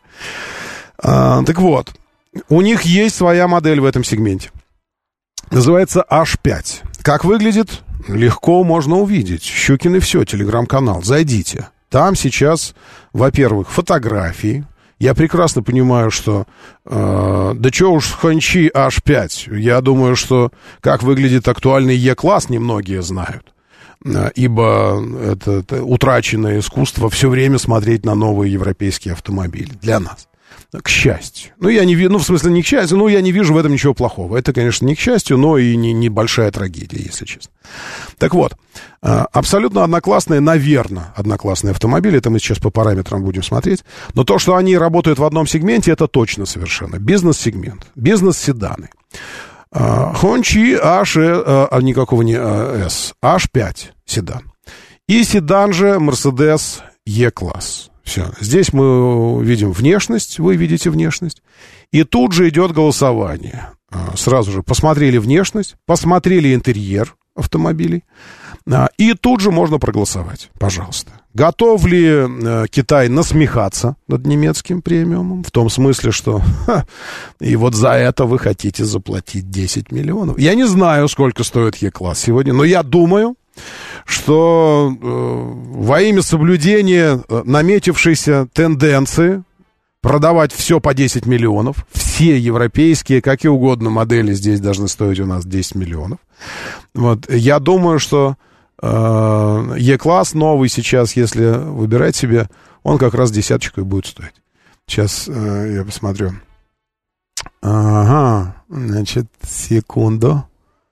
А, так вот, у них есть своя модель в этом сегменте. Называется эйч пять. Как выглядит? Легко можно увидеть. Щукин и все, телеграм-канал. Зайдите. Там сейчас, во-первых, фотографии. Я прекрасно понимаю, что... Э, да что уж Хончи эйч пять. Я думаю, что как выглядит актуальный Е-класс, немногие знают. Ибо это, это утраченное искусство все время смотреть на новые европейские автомобили. Для нас. К счастью. Ну, я не вижу, ну, в смысле, не к счастью, ну, я не вижу в этом ничего плохого. Это, конечно, не к счастью, но и не, не большая трагедия, если честно. Так вот, абсолютно одноклассные, наверное, одноклассные автомобили, это мы сейчас по параметрам будем смотреть, но то, что они работают в одном сегменте, это точно совершенно. Бизнес-сегмент, бизнес-седаны. Хончи H, а, никакого не S, эйч пять седан. И седан же Mercedes E-класс. Все. Здесь мы видим внешность, вы видите внешность. И тут же идет голосование. Сразу же посмотрели внешность, посмотрели интерьер автомобилей. И тут же можно проголосовать. Пожалуйста. Готов ли Китай насмехаться над немецким премиумом? В том смысле, что ха, и вот за это вы хотите заплатить десять миллионов. Я не знаю, сколько стоит Е-класс сегодня, но я думаю, что э, во имя соблюдения наметившейся тенденции продавать все по десять миллионов, все европейские, какие угодно модели здесь должны стоить у нас десять миллионов. Вот, я думаю, что э, Е-класс новый сейчас, если выбирать себе, он как раз десяточку и будет стоить. Сейчас э, я посмотрю. Ага, значит, секунду.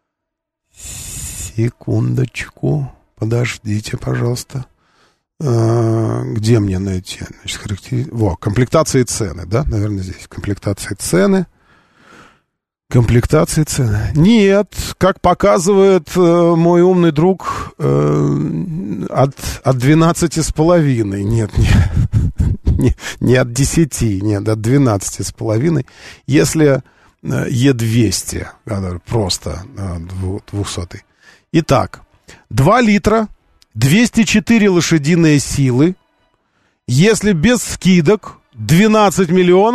Секундочку. Подождите, пожалуйста. А, где мне найти? Значит, характери... Во, комплектации цены, да? Наверное, здесь. Комплектации цены. Комплектации цены. Нет, как показывает э, мой умный друг, э, от, от двенадцати с половиной. Нет, не, не, не от десяти, нет, от двенадцати с половиной. Если э, Е двести, просто э, двухсотый. Итак, два литра, двести четыре лошадиные силы. Если без скидок, двенадцать миллионов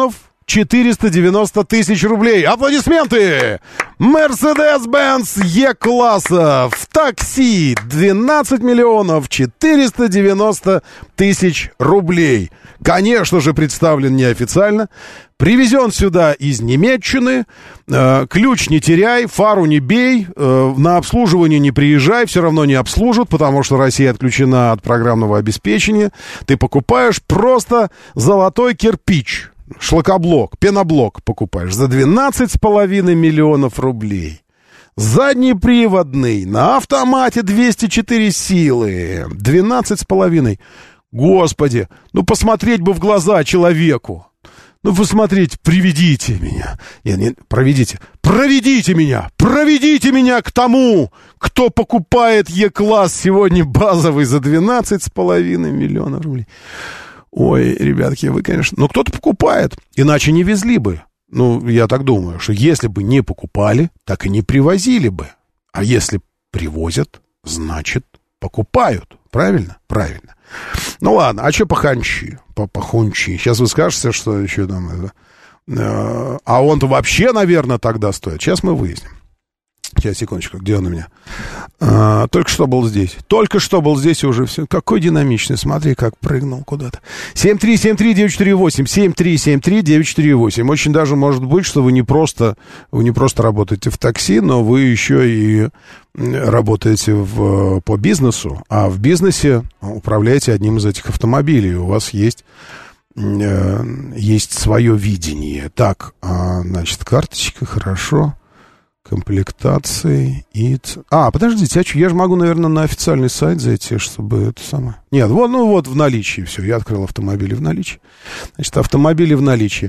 четыреста девяносто тысяч рублей. Аплодисменты! Mercedes-Benz E-класса в такси двенадцать миллионов четыреста девяносто тысяч рублей. Конечно же, представлен неофициально. Привезен сюда из Немеччины. Э, ключ не теряй, фару не бей, э, на обслуживание не приезжай, все равно не обслужат, потому что Россия отключена от программного обеспечения. Ты покупаешь просто золотой кирпич. Шлакоблок, пеноблок покупаешь за двенадцать с половиной миллионов рублей. Заднеприводный, на автомате двести четыре силы, двенадцать с половиной. Господи, ну посмотреть бы в глаза человеку. Ну посмотрите, приведите меня. Нет, нет, проведите. Проведите меня, проведите меня к тому, кто покупает Е-класс сегодня базовый за двенадцать с половиной миллионов рублей. Ой, ребятки, вы, конечно... Ну, кто-то покупает, иначе не везли бы. Ну, я так думаю, что если бы не покупали, так и не привозили бы. А если привозят, значит, покупают. Правильно? Правильно. Ну, ладно, а что паханчи? Пахунчи. Сейчас вы скажете, что еще там... Это, э, а он-то вообще, наверное, тогда стоит. Сейчас мы выясним. Сейчас, секундочку, где он у меня? А, только что был здесь. Только что был здесь и уже все. Какой динамичный, смотри, как прыгнул куда-то. семь три семь три девять четыре восемь. семь три семь три девять четыре восемь. Очень даже может быть, что вы не просто, вы не просто работаете в такси, но вы еще и работаете в, по бизнесу. А в бизнесе управляете одним из этих автомобилей. У вас есть... есть свое видение. Так, значит, карточка, хорошо. Комплектации и... А, подождите, а что, я же могу, наверное, на официальный сайт зайти, чтобы это самое... Нет, вот, ну вот в наличии все, я открыл автомобили в наличии. Значит, автомобили в наличии.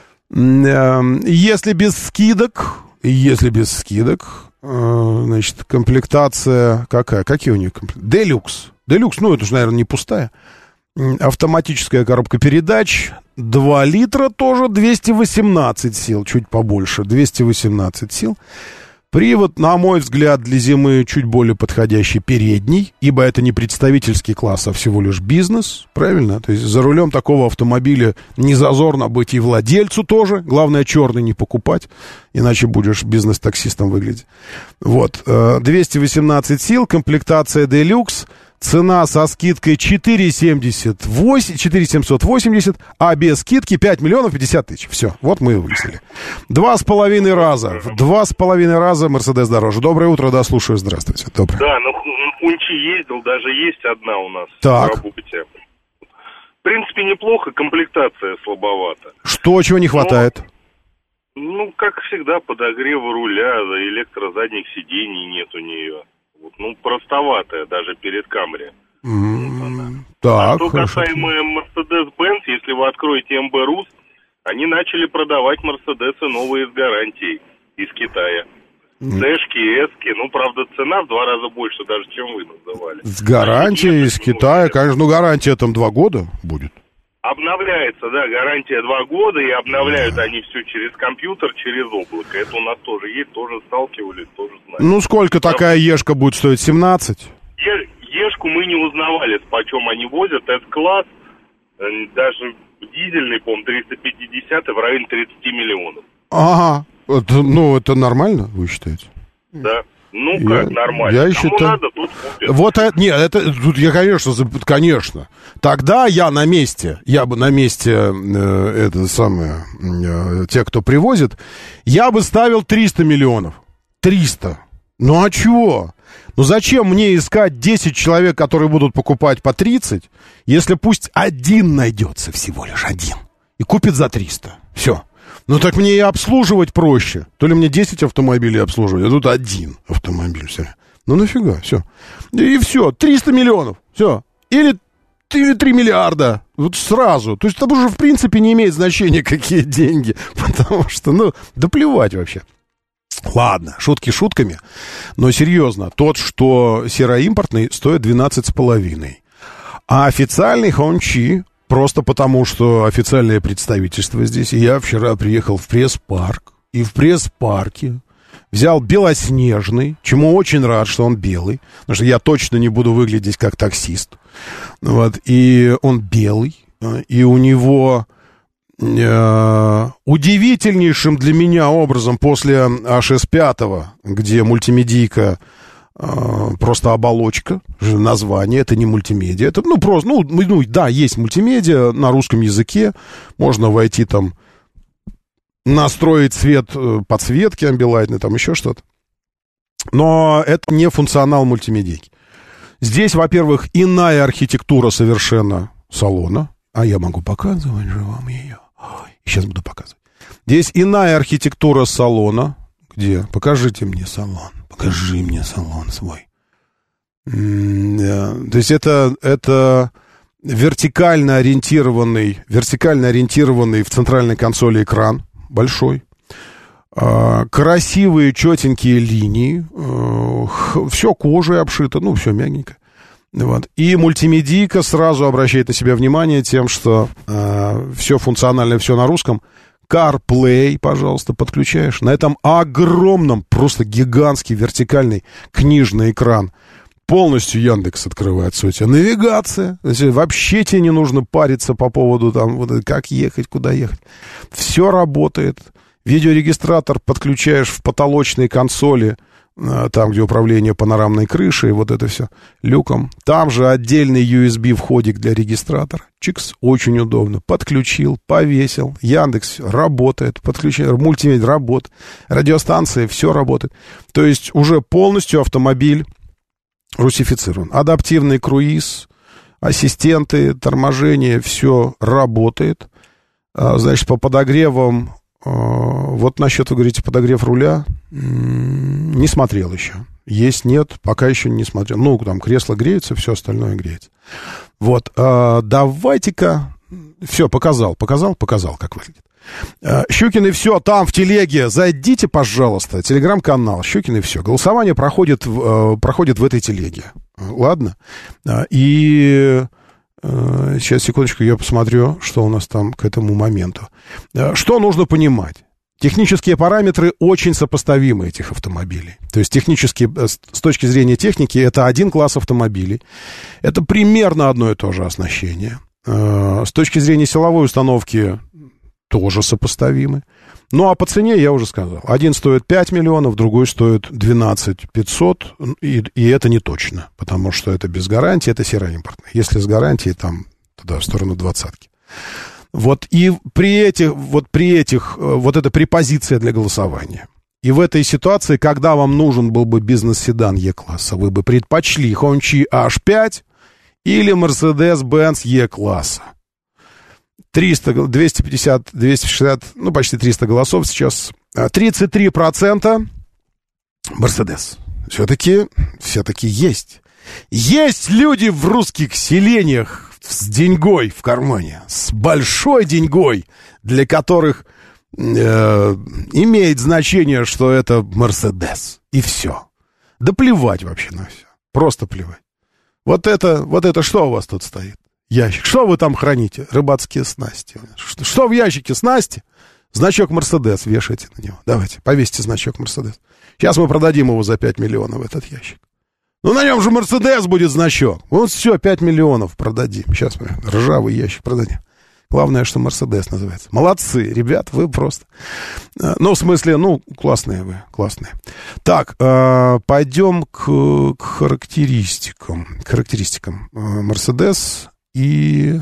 Если без скидок, если без скидок, значит, комплектация какая? Какие у них комплектации? Делюкс. Делюкс, ну это же, наверное, не пустая. Автоматическая коробка передач, два литра тоже, двести восемнадцать сил, чуть побольше, двести восемнадцать сил. Привод, на мой взгляд, для зимы чуть более подходящий передний, ибо это не представительский класс, а всего лишь бизнес, правильно? То есть за рулем такого автомобиля не зазорно быть и владельцу тоже, главное черный не покупать, иначе будешь бизнес-таксистом выглядеть. Вот, двести восемнадцать сил, комплектация Deluxe. Цена со скидкой четыре семьдесят восемь, четыре семьсот восемьдесят, а без скидки пять миллионов пятьдесят тысяч. Все, вот мы и выяснили. Два с половиной раза, в два с половиной раза Мерседес дороже. Доброе утро, да, слушаю, здравствуйте. Доброе. Да, ну Хунчи ездил, даже есть одна у нас так. в работе. В принципе, неплохо, комплектация слабовата. Что, чего не хватает? Но, ну, как всегда, подогрева руля, электрозадних сидений нет у нее. Вот, ну, простоватая даже перед Камри. Mm-hmm. Так, а что касаемо Mercedes-Benz, если вы откроете эм бэ Rus, они начали продавать Мерседесы новые с гарантией из Китая. Дэшки, эски, ну, правда, цена в два раза больше даже, чем вы называли. С гарантией из Китая, конечно, ну, гарантия там два года будет. Обновляется, да, гарантия два года, и обновляют да. они все через компьютер, через облако. Это у нас тоже есть, тоже сталкивались, тоже знаем. Ну, сколько да. такая Ешка будет стоить? семнадцать? Е- Ешку мы не узнавали, почем они возят. Это класс, даже дизельный, по-моему, триста пятьдесят, в районе тридцать миллионов. Ага, это, ну, это нормально, вы считаете? Да. Ну, как, я, нормально. Я Кому считаю... надо, тут купят. Вот это, нет, это, тут я, конечно, конечно. Тогда я на месте, я бы на месте, э, это самое, э, те, кто привозит, я бы ставил триста миллионов. триста. Ну, а чего? Ну, зачем мне искать десять человек, которые будут покупать по тридцать, если пусть один найдется, всего лишь один, и купит за триста. Все. Ну, так мне и обслуживать проще. То ли мне десять автомобилей обслуживать, а тут один автомобиль. Все. Ну, нафига, все. И все, триста миллионов, все. Или, или три миллиарда, вот сразу. То есть это уже, в принципе, не имеет значения, какие деньги. Потому что, ну, да плевать вообще. Ладно, шутки шутками, но серьезно, тот, что сероимпортный, стоит двенадцать с половиной. А официальный Хончи... Просто потому, что официальное представительство здесь. И я вчера приехал в пресс-парк. И в пресс-парке взял белоснежный, чему очень рад, что он белый. Потому что я точно не буду выглядеть как таксист. Вот. И он белый. И у него э, удивительнейшим для меня образом после эйч эс пять, где мультимедийка э, просто оболочка, название, это не мультимедиа, это, ну, просто, ну, ну, да, есть мультимедиа на русском языке, можно войти там, настроить цвет подсветки амбилайтной, там еще что-то, но это не функционал мультимедийки. Здесь, во-первых, иная архитектура совершенно салона. А я могу показывать же вам ее. Ой, сейчас буду показывать. Здесь иная архитектура салона. Где? Покажите мне салон. Покажи мне салон свой. То есть это, это вертикально ориентированный, вертикально ориентированный в центральной консоли экран. Большой. Красивые, четенькие линии. Все кожей обшито. Ну, все мягенько. Вот. И мультимедийка сразу обращает на себя внимание тем, что э, все функциональное, все на русском. CarPlay, пожалуйста, подключаешь. На этом огромном, просто гигантский вертикальный книжный экран полностью Яндекс открывается у тебя. Навигация. То есть вообще тебе не нужно париться по поводу, там, вот, как ехать, куда ехать. Все работает. Видеорегистратор подключаешь в потолочной консоли, там, где управление панорамной крышей, вот это все, люком. Там же отдельный ю эс би-входик для регистратора. Чикс, очень удобно. Подключил, повесил. Яндекс работает. Подключил, мультимедиа работает. Радиостанция, все работает. То есть уже полностью автомобиль русифицирован. Адаптивный круиз, ассистенты, торможение, все работает. Значит, по подогревам... Вот насчет, вы говорите, подогрев руля, не смотрел еще. Есть, нет, пока еще не смотрел. Ну, там кресло греется, все остальное греется. Вот, давайте-ка... Все, показал, показал, показал, как выглядит. Щукин и все, там в телеге, зайдите, пожалуйста, телеграм-канал Щукин и все. Голосование проходит, проходит в этой телеге. Ладно? И... Сейчас, секундочку, я посмотрю, что у нас там к этому моменту. Что нужно понимать? Технические параметры очень сопоставимы этих автомобилей. То есть технически, с точки зрения техники, это один класс автомобилей. Это примерно одно и то же оснащение. С точки зрения силовой установки тоже сопоставимы. Ну, а по цене я уже сказал. Один стоит пять миллионов, другой стоит двенадцать пятьсот, и, и это не точно, потому что это без гарантии, это сероимпортное. Если с гарантией, там, туда, в сторону двадцатки. Вот, и при этих, вот при этих, вот это препозиция для голосования. И в этой ситуации, когда вам нужен был бы бизнес-седан Е-класса, вы бы предпочли Хончи эйч пять или Mercedes-Benz Е-класса. триста, двести пятьдесят, двести шестьдесят, ну, почти триста голосов сейчас. тридцать три процента Мерседес. Все-таки, все-таки есть. Есть люди в русских селениях с деньгой в кармане, с большой деньгой, для которых э, имеет значение, что это Мерседес. И все. Да плевать вообще на все. Просто плевать. Вот это, вот это что у вас тут стоит? Ящик. Что вы там храните? Рыбацкие снасти. Что, что в ящике? Снасти? Значок Мерседес вешайте на него. Давайте, повесьте значок Мерседес. Сейчас мы продадим его за пять миллионов, этот ящик. Ну, на нем же Мерседес будет значок. Вот все, пять миллионов продадим. Сейчас мы ржавый ящик продадим. Главное, что Мерседес называется. Молодцы, ребят, вы просто... Ну, в смысле, ну, классные вы, классные. Так, пойдем к, к характеристикам. К характеристикам. Мерседес... И,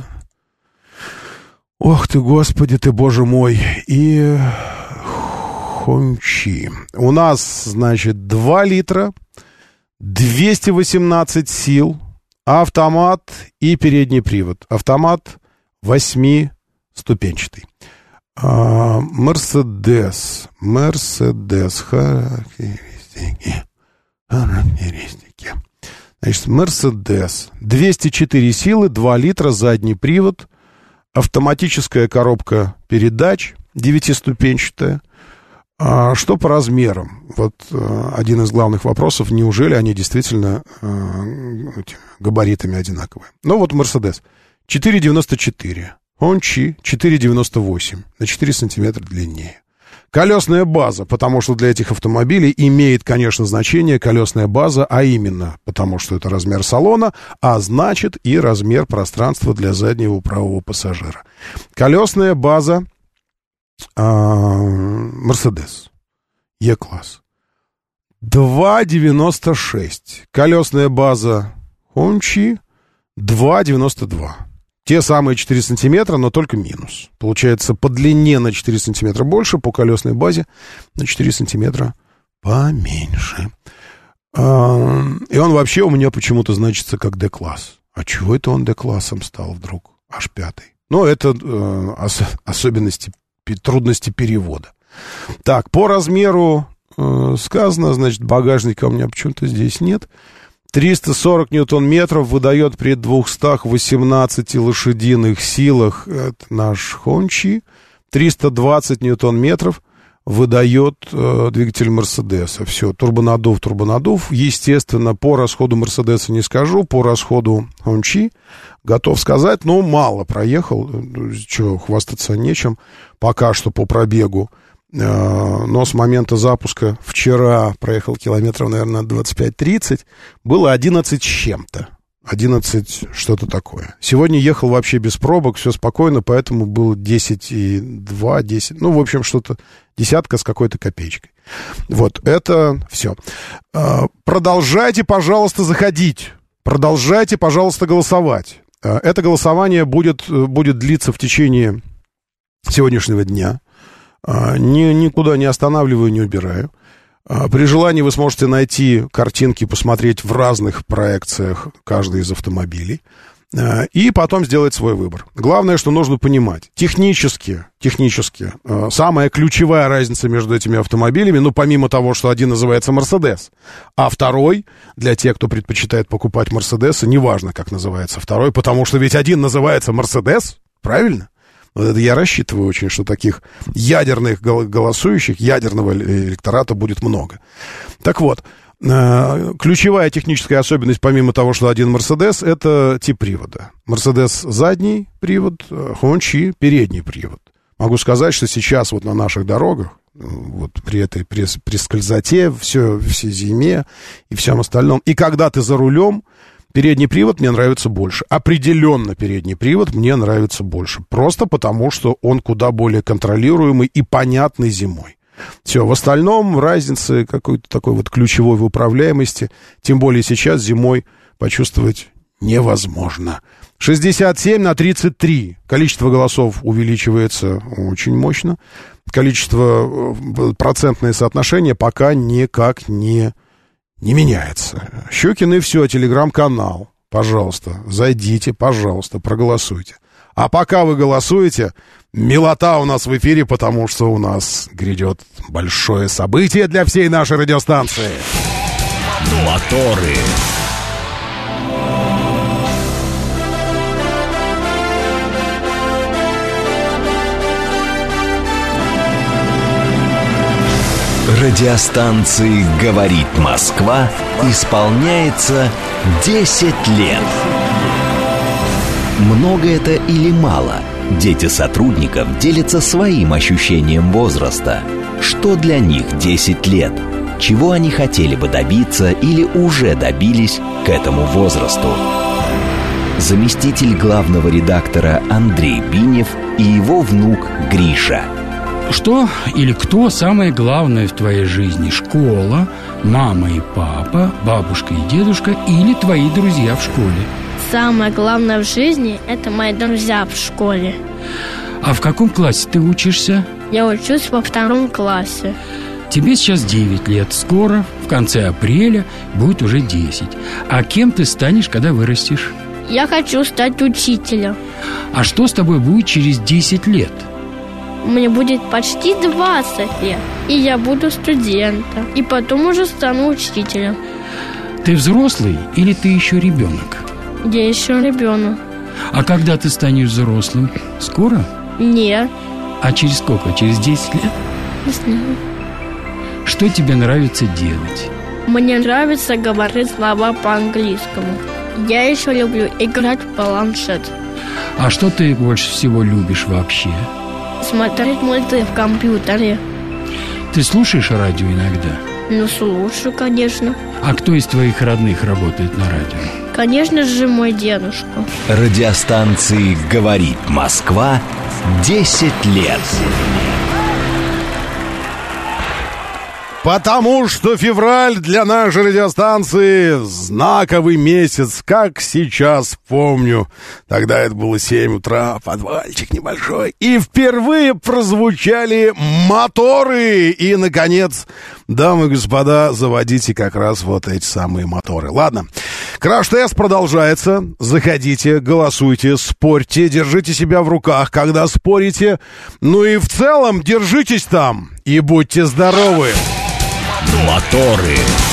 ох ты, господи ты, боже мой, и Хончи. У нас, значит, два литра, двести восемнадцать сил, автомат и передний привод. Автомат восьмиступенчатый. Мерседес, Мерседес, характеристики, характеристики. Значит, Мерседес, двести четыре силы, два литра, задний привод, автоматическая коробка передач, девятиступенчатая. А что по размерам? Вот а, один из главных вопросов, неужели они действительно а, габаритами одинаковые? Ну вот Мерседес, четыре девяносто четыре, Хончи четыре девяносто восемь, на четыре сантиметра длиннее. Колесная база, потому что для этих автомобилей имеет, конечно, значение колесная база, а именно потому что это размер салона, а значит и размер пространства для заднего правого пассажира. Колесная база Mercedes E-класс два девяносто шесть. Колесная база Hongqi два девяносто два. Те самые четыре сантиметра, но только минус. Получается, по длине на четыре сантиметра больше, по колесной базе на четыре сантиметра поменьше. И он вообще у меня почему-то значится как D-класс. А чего это он D-классом стал вдруг? Аж пятый. Ну, это э, ос- особенности, трудности перевода. Так, по размеру э, сказано, значит, багажника у меня почему-то здесь нет. триста сорок ньютон-метров выдает при двухстах восемнадцати лошадиных силах. Это наш Hongqi. триста двадцать ньютон-метров выдает э, двигатель Мерседеса. Все, турбонаддув, турбонаддув. Естественно, по расходу Мерседеса не скажу, по расходу Hongqi готов сказать, но мало проехал. Чего, хвастаться нечем. Пока что по пробегу. Но с момента запуска вчера проехал километров, наверное, двадцать пять тридцать. Было одиннадцать с чем-то. одиннадцать что-то такое. Сегодня ехал вообще без пробок, все спокойно, поэтому было десять и два, десять. Ну, в общем, что-то десятка с какой-то копеечкой. Вот, это все. Продолжайте, пожалуйста, заходить. Продолжайте, пожалуйста, голосовать. Это голосование будет, будет длиться в течение сегодняшнего дня. Ни, никуда не останавливаю, не убираю. При желании вы сможете найти картинки, посмотреть в разных проекциях каждый из автомобилей и потом сделать свой выбор. Главное, что нужно понимать, технически, технически самая ключевая разница между этими автомобилями, ну, помимо того, что один называется Mercedes, а второй, для тех, кто предпочитает покупать Mercedes, неважно, как называется второй, потому что ведь один называется Mercedes, правильно? Вот это я рассчитываю очень, что таких ядерных голосующих, ядерного электората будет много. Так вот, ключевая техническая особенность, помимо того, что один Mercedes, это тип привода. Mercedes задний привод, Hongqi передний привод. Могу сказать, что сейчас вот на наших дорогах, вот при этой, при, при скользоте, все, все зиме и всем остальном, и когда ты за рулем, передний привод мне нравится больше. Определенно передний привод мне нравится больше. Просто потому, что он куда более контролируемый и понятный зимой. Все, в остальном разницы какой-то такой вот ключевой в управляемости, тем более сейчас зимой, почувствовать невозможно. шестьдесят семь на тридцать три. Количество голосов увеличивается очень мощно. Количество, процентное соотношение пока никак не... не меняется. Щукин и все, телеграм-канал. Пожалуйста, зайдите, пожалуйста, проголосуйте. А пока вы голосуете, милота у нас в эфире, потому что у нас грядет большое событие для всей нашей радиостанции. Моторы. Радиостанции «Говорит Москва» исполняется десять лет. Много это или мало? Дети сотрудников делятся своим ощущением возраста. Что для них десять лет? Чего они хотели бы добиться или уже добились к этому возрасту? Заместитель главного редактора Андрей Бинев и его внук Гриша. Что или кто самое главное в твоей жизни? Школа, мама и папа, бабушка и дедушка или твои друзья в школе? Самое главное в жизни – это мои друзья в школе. А в каком классе ты учишься? Я учусь во втором классе. Тебе сейчас девять лет. Скоро, в конце апреля, будет уже десять. А кем ты станешь, когда вырастешь? Я хочу стать учителем. А что с тобой будет через десять лет? Мне будет почти двадцать лет, и я буду студентом, и потом уже стану учителем. Ты взрослый или ты еще ребенок? Я еще ребенок. А когда ты станешь взрослым? Скоро? Нет. А через сколько? Через десять лет? Не знаю. Что тебе нравится делать? Мне нравится говорить слова по-английскому. Я еще люблю играть в планшет. А что ты больше всего любишь вообще? Смотреть мульты в компьютере. Ты слушаешь радио иногда? Ну, слушаю, конечно. А кто из твоих родных работает на радио? Конечно же, мой дедушка. Радиостанции «Говорит Москва» десять лет. Потому что февраль для нашей радиостанции знаковый месяц, как сейчас помню. Тогда это было семь утра, подвальчик небольшой. И впервые прозвучали моторы. И, наконец, дамы и господа, заводите как раз вот эти самые моторы. Ладно, краш-тест продолжается. Заходите, голосуйте, спорьте, держите себя в руках, когда спорите. Ну и в целом держитесь там и будьте здоровы. Моторы.